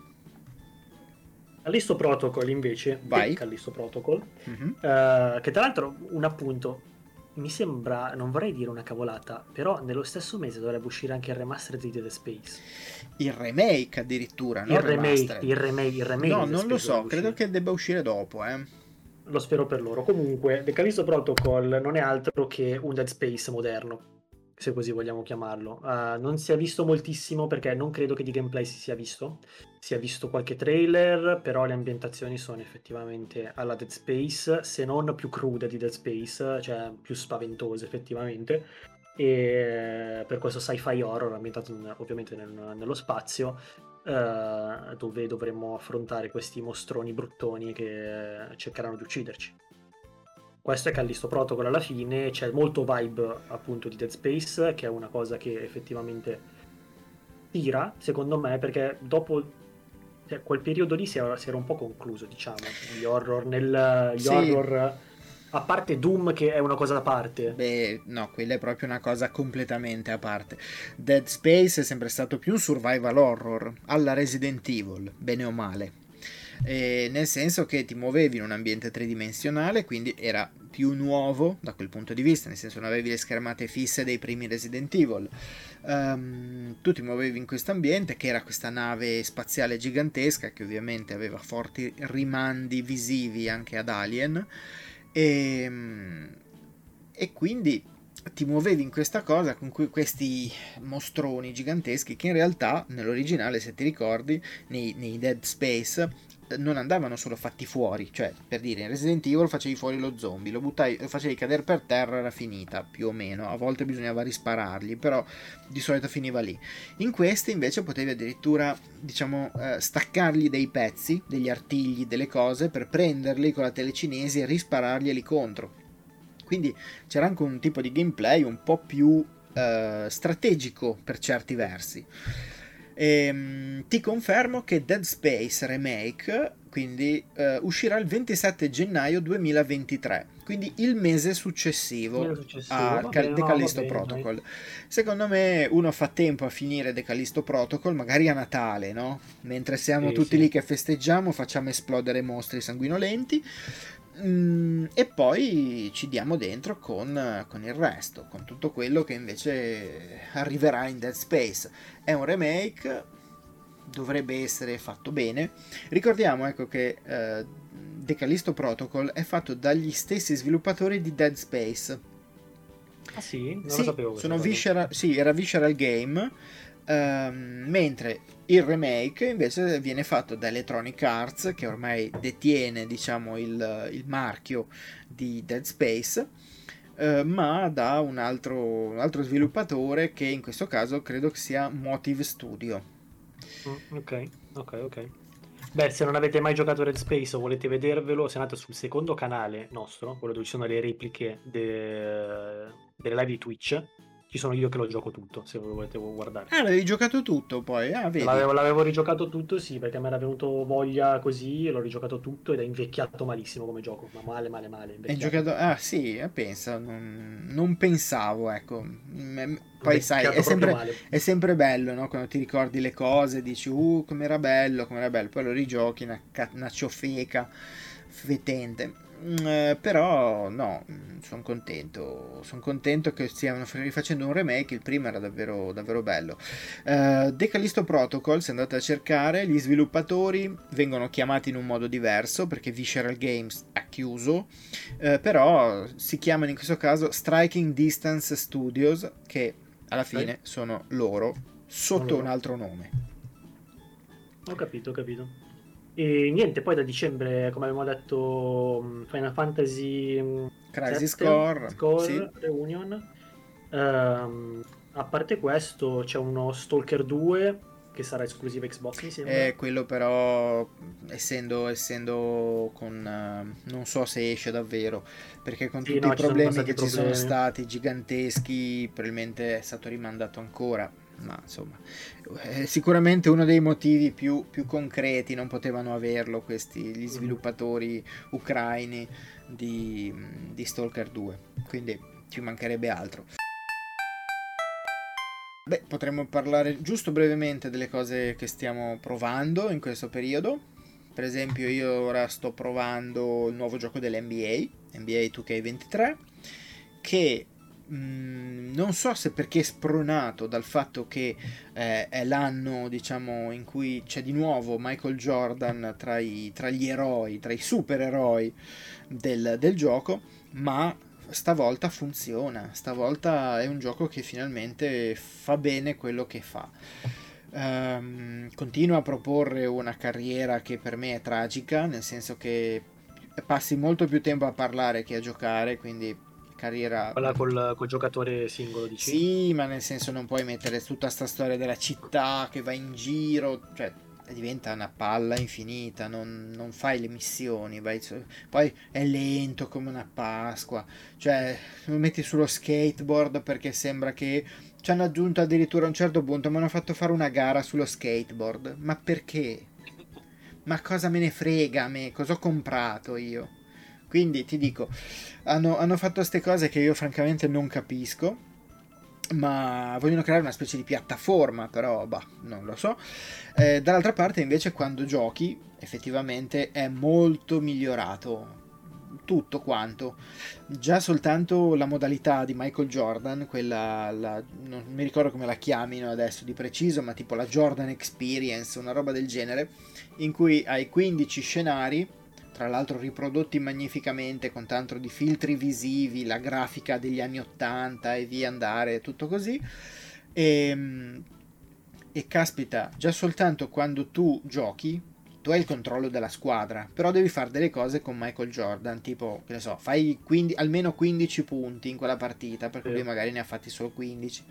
Callisto Protocol invece, The Vai. Callisto Protocol, Mm-hmm. eh, che tra l'altro un appunto, mi sembra, non vorrei dire una cavolata, però nello stesso mese dovrebbe uscire anche il remastered di Dead Space. Il remake addirittura, non Il remake, remastered. il remake, il remake No, di Dead non lo Space so, dovrebbe credo uscire. che debba uscire dopo, eh. Lo spero per loro. Comunque, The Callisto Protocol non è altro che un Dead Space moderno, se così vogliamo chiamarlo. Uh, non si è visto moltissimo perché non credo che di gameplay si sia visto. Si è visto qualche trailer, però le ambientazioni sono effettivamente alla Dead Space, se non più crude di Dead Space, cioè più spaventose effettivamente. E per questo sci-fi horror ambientato in, ovviamente nel, nello spazio, Uh, dove dovremmo affrontare questi mostroni bruttoni che cercheranno di ucciderci. Questo è Callisto Protocol alla fine, c'è molto vibe appunto di Dead Space, che è una cosa che effettivamente tira, secondo me, perché dopo cioè, quel periodo lì si era, si era un po' concluso, diciamo, gli horror nel gli Sì. horror, a parte Doom che è una cosa da parte. Beh, no, quella è proprio una cosa completamente a parte. Dead Space è sempre stato più un survival horror alla Resident Evil, bene o male. E nel senso che ti muovevi in un ambiente tridimensionale, quindi era più nuovo da quel punto di vista, nel senso non avevi le schermate fisse dei primi Resident Evil. Um, tu ti muovevi in questo ambiente che era questa nave spaziale gigantesca che ovviamente aveva forti rimandi visivi anche ad Alien. E, e quindi ti muovevi in questa cosa con cui questi mostroni giganteschi che in realtà nell'originale, se ti ricordi, nei, nei Dead Space non andavano solo fatti fuori, cioè per dire in Resident Evil facevi fuori lo zombie, lo buttavi, lo facevi cadere per terra, era finita più o meno, a volte bisognava risparargli, però di solito finiva lì. In questi invece potevi addirittura diciamo eh, staccargli dei pezzi, degli artigli, delle cose per prenderli con la telecinesi e rispararglieli contro. Quindi c'era anche un tipo di gameplay un po' più eh, strategico per certi versi. E, ti confermo che Dead Space Remake quindi uh, uscirà il ventisette gennaio duemilaventitré, quindi il mese successivo, Meno successivo, a va Cal- bene, The no, va Callisto bene, dai. Protocol. Secondo me uno fa tempo a finire The Callisto Protocol, magari a Natale, no? Mentre siamo Sì, tutti sì. lì che festeggiamo, facciamo esplodere mostri sanguinolenti. Mm, e poi ci diamo dentro con, con il resto, con tutto quello che invece arriverà in Dead Space. È un remake, dovrebbe essere fatto bene. Ricordiamo ecco che eh, The Callisto Protocol è fatto dagli stessi sviluppatori di Dead Space. Ah sì? Non lo Sì, sapevo questa sono cosa. Visceral, sì, era Visceral Game, ehm, mentre il remake invece viene fatto da Electronic Arts, che ormai detiene, diciamo, il, il marchio di Dead Space, eh, ma da un altro, un altro sviluppatore che in questo caso credo che sia Motive Studio. Mm, ok, ok, ok. Beh, se non avete mai giocato Red Space o volete vedervelo, se andate sul secondo canale nostro, quello dove ci sono le repliche de- delle live di Twitch, ci sono io che lo gioco tutto, se voi volete guardare. Ah, l'avevi giocato tutto poi? Ah, vedi. L'avevo, l'avevo rigiocato tutto, sì, perché mi era venuto voglia così, e l'ho rigiocato tutto ed è invecchiato malissimo come gioco, ma male, male, male, Hai invecchiato. giocato... Ah, sì, eh, pensa, non, non pensavo, ecco. Mm, Poi sai, è Invecchiato proprio sempre, male. è sempre bello, no? Quando ti ricordi le cose, dici, uh, com'era bello, com'era bello. Poi lo rigiochi, una, ca- una ciofeca fetente. Mm, eh, però, no, sono contento. Sono contento che stiano rifacendo un remake. Il primo era davvero, davvero bello. Uh, The Callisto Protocol, se andate a cercare, gli sviluppatori vengono chiamati in un modo diverso perché Visceral Games ha chiuso, uh, però si chiamano in questo caso Striking Distance Studios, che alla Ok? fine sono loro Non sotto un loro. altro nome. Ho capito, ho capito. E niente, poi da dicembre, come abbiamo detto, mh, Final Fantasy mh, Crisis sette, Core, sì. Score, Reunion. Ehm, a parte questo, c'è uno Stalker due che sarà esclusiva Xbox, mi sembra. E quello però, essendo, essendo con... eh, non so se esce davvero, perché con Sì, tutti i no, ci sono problemi passati che ci sono problemi. stati giganteschi, probabilmente è stato rimandato ancora. Ma insomma, è sicuramente uno dei motivi più, più concreti, non potevano averlo questi gli Mhm. sviluppatori ucraini di, di Stalker due. Quindi ci mancherebbe altro. Beh, potremmo parlare giusto brevemente delle cose che stiamo provando in questo periodo. Per esempio, io ora sto provando il nuovo gioco dell'N B A, N B A due K ventitré, che mh, non so se perché è spronato dal fatto che eh, è l'anno, diciamo, in cui c'è di nuovo Michael Jordan tra, i, tra gli eroi, tra i supereroi del, del gioco, ma stavolta funziona, stavolta è un gioco che finalmente fa bene quello che fa. Ehm, continua a proporre una carriera che per me è tragica, nel senso che passi molto più tempo a parlare che a giocare, quindi carriera... Quella col, col giocatore singolo, dici? Sì, ma nel senso non puoi mettere tutta sta storia della città che va in giro, cioè diventa una palla infinita, non, non fai le missioni, vai su- poi è lento come una Pasqua, cioè lo metti sullo skateboard perché sembra che ci hanno aggiunto addirittura a un certo punto, mi hanno fatto fare una gara sullo skateboard, ma perché? Ma cosa me ne frega a me? Cosa ho comprato io? Quindi ti dico, hanno, hanno fatto queste cose che io francamente non capisco, ma vogliono creare una specie di piattaforma, però bah, non lo so. Eh, dall'altra parte invece quando giochi effettivamente è molto migliorato tutto quanto, già soltanto la modalità di Michael Jordan, quella la- non mi ricordo come la chiamino adesso di preciso, ma tipo la Jordan Experience, una roba del genere, in cui hai quindici scenari, tra l'altro riprodotti magnificamente con tanto di filtri visivi, la grafica degli anni ottanta e via andare, tutto così. E, e caspita, già soltanto quando tu giochi, tu hai il controllo della squadra, però devi fare delle cose con Michael Jordan, tipo, che ne so, fai quindici, almeno quindici punti in quella partita, perché lui Sì. magari ne ha fatti solo quindici.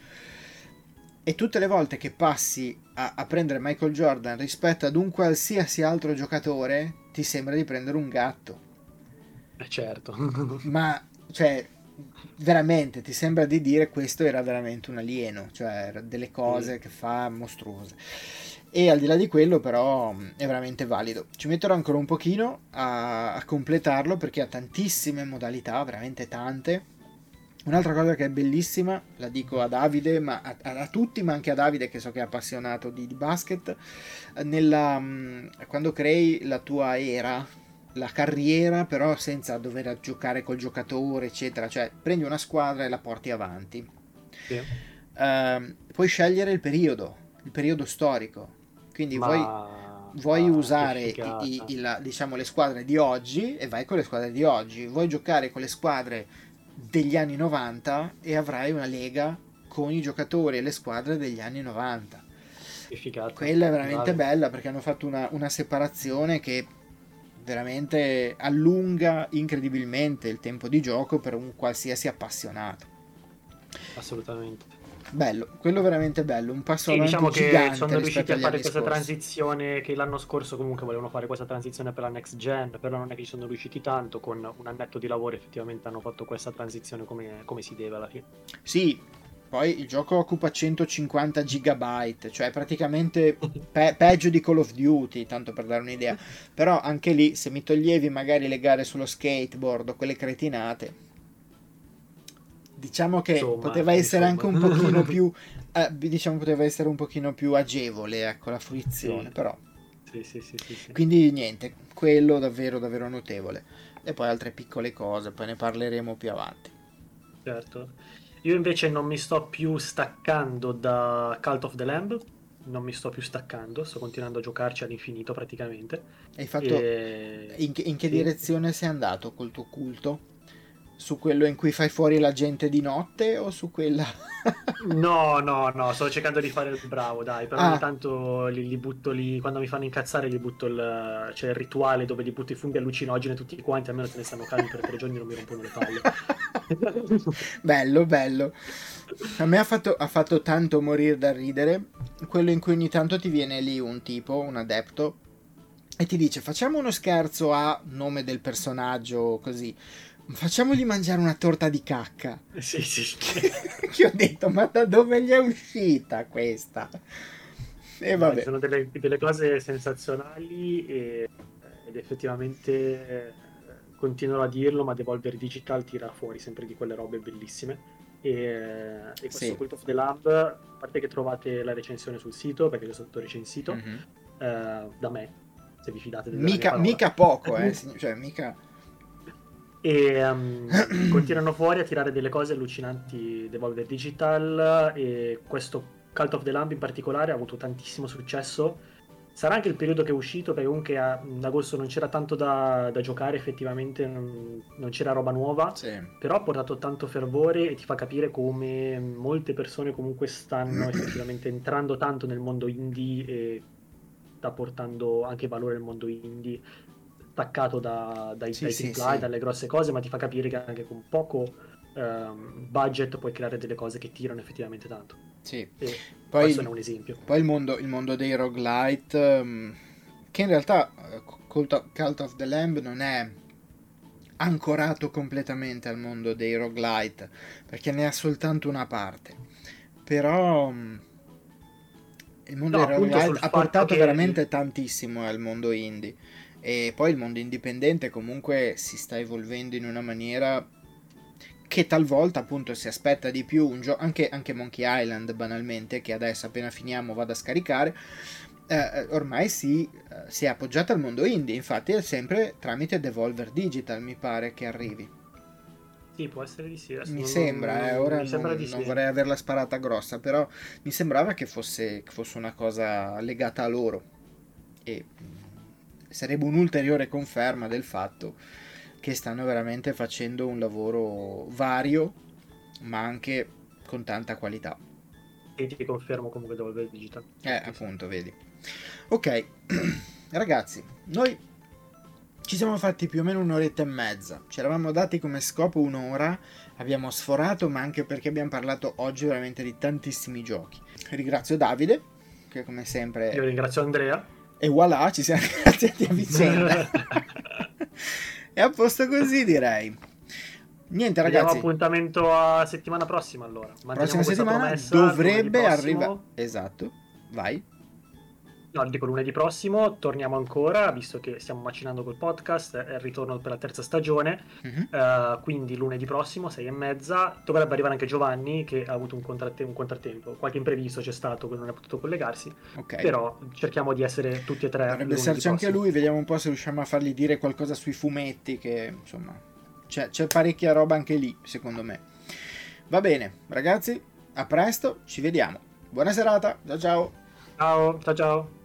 E tutte le volte che passi a, a prendere Michael Jordan rispetto ad un qualsiasi altro giocatore, ti sembra di prendere un gatto. Eh certo. Ma, cioè, veramente ti sembra di dire questo era veramente un alieno, cioè delle cose mm. che fa mostruose. E al di là di quello però è veramente valido. Ci metterò ancora un pochino a, a completarlo perché ha tantissime modalità, veramente tante. Un'altra cosa che è bellissima, la dico a Davide, ma a, a, a tutti, ma anche a Davide che so che è appassionato di, di basket, nella, quando crei la tua era, la carriera però senza dover giocare col giocatore eccetera, cioè prendi una squadra e la porti avanti. Sì. Uh, puoi scegliere il periodo, il periodo storico. Quindi ma, vuoi, vuoi usare i, i, la, diciamo, le squadre di oggi e vai con le squadre di oggi. Vuoi giocare con le squadre degli anni novanta e avrai una lega con i giocatori e le squadre degli anni novanta. Efficace. Quella è veramente vale. Bella perché hanno fatto una, una separazione che veramente allunga incredibilmente il tempo di gioco per un qualsiasi appassionato. Assolutamente. Bello, quello veramente bello, un passo sì, avanti diciamo gigante che sono riusciti a fare questa scorsi. transizione che l'anno scorso comunque volevano fare questa transizione per la next gen, però non è che ci sono riusciti tanto, con un annetto di lavoro effettivamente hanno fatto questa transizione come, come si deve alla fine. Sì, poi il gioco occupa centocinquanta gigabyte, cioè praticamente pe- peggio di Call of Duty, tanto per dare un'idea, però anche lì se mi toglievi magari le gare sullo skateboard o quelle cretinate, diciamo che insomma, poteva essere insomma. Anche un pochino più eh, diciamo poteva essere un pochino più agevole, ecco, la fruizione, sì. Però sì, sì, sì, sì, sì. Quindi niente, quello davvero davvero notevole. E poi altre piccole cose, poi ne parleremo più avanti. Certo. Io invece non mi sto più staccando da Cult of the Lamb, non mi sto più staccando, sto continuando a giocarci all'infinito praticamente. Hai fatto e... in che, in che sì. direzione sei andato col tuo culto? Su quello in cui fai fuori la gente di notte o su quella? No, no, no, sto cercando di fare il bravo, dai, però ah. ogni tanto li, li butto lì, quando mi fanno incazzare li butto il, cioè il rituale dove li butto i funghi allucinogeni tutti quanti, almeno se ne stanno calmi per tre giorni e non mi rompono le palle. Bello, bello. A me ha fatto, ha fatto tanto morire da ridere quello in cui ogni tanto ti viene lì un tipo, un adepto, e ti dice facciamo uno scherzo a nome del personaggio così. Facciamogli mangiare una torta di cacca. Sì, sì. Che ho detto, ma da dove gli è uscita questa? E vabbè. Ci sono delle, delle cose sensazionali e, ed effettivamente eh, continuo a dirlo, ma Devolver Digital tira fuori sempre di quelle robe bellissime. E, e questo sì. Cult of the Lamb, a parte che trovate la recensione sul sito, perché è stato recensito, mm-hmm. eh, da me, se vi fidate della mica, mia mica poco, eh, cioè mica... E um, continuano fuori a tirare delle cose allucinanti Devolver Digital, e questo Cult of the Lamb in particolare ha avuto tantissimo successo. Sarà anche il periodo che è uscito, perché comunque a, ad agosto non c'era tanto da, da giocare, effettivamente non, non c'era roba nuova, sì. Però ha portato tanto fervore e ti fa capire come molte persone comunque stanno effettivamente entrando tanto nel mondo indie e sta portando anche valore al mondo indie, attaccato da, dai, sì, dai sì, triple A, sì. dalle grosse cose, ma ti fa capire che anche con poco um, budget puoi creare delle cose che tirano effettivamente tanto. Sì. E poi questo è un esempio. Poi il mondo, il mondo dei roguelite, um, che in realtà Cult of, Cult of the Lamb non è ancorato completamente al mondo dei roguelite, perché ne ha soltanto una parte. Però um, il mondo no, dei roguelite ha portato che... veramente tantissimo al mondo indie. E poi il mondo indipendente comunque si sta evolvendo in una maniera che talvolta appunto si aspetta di più un gioco, anche, anche Monkey Island banalmente, che adesso appena finiamo vado a scaricare, eh, ormai si, eh, si è appoggiata al mondo indie, infatti è sempre tramite Devolver Digital mi pare che arrivi. Sì, può essere di sì. Adesso mi non, sembra, non, eh, ora mi sembra non, di non sì. vorrei averla sparata grossa, però mi sembrava che fosse, che fosse una cosa legata a loro, e sarebbe un'ulteriore conferma del fatto che stanno veramente facendo un lavoro vario, ma anche con tanta qualità. E ti confermo comunque Devolver Digital. Eh, appunto, vedi. Ok, ragazzi, noi ci siamo fatti più o meno un'oretta e mezza. Ci eravamo dati come scopo un'ora, abbiamo sforato, ma anche perché abbiamo parlato oggi veramente di tantissimi giochi. Ringrazio Davide, che come sempre... Io ringrazio Andrea. E voilà, ci siamo ringraziati a vicenda. E a posto così, direi. Niente Diamo ragazzi, appuntamento a settimana prossima allora. prossima Manteniamo questa settimana promessa, lunedì dovrebbe prossimo- arrivare. Esatto, vai. No, dico lunedì prossimo, torniamo ancora, visto che stiamo macinando col podcast, è il ritorno per la terza stagione, Mhm. eh, quindi lunedì prossimo, sei e mezza, dovrebbe arrivare anche Giovanni, che ha avuto un, contratte- un contrattempo, qualche imprevisto c'è stato, che non è potuto collegarsi, Ok. però cerchiamo di essere tutti e tre Dovrebbe lunedì esserci anche prossimo. lui, vediamo un po' se riusciamo a fargli dire qualcosa sui fumetti, che insomma c'è, c'è parecchia roba anche lì, secondo me. Va bene, ragazzi, a presto, ci vediamo. Buona serata, ciao ciao. Ciao, ciao ciao!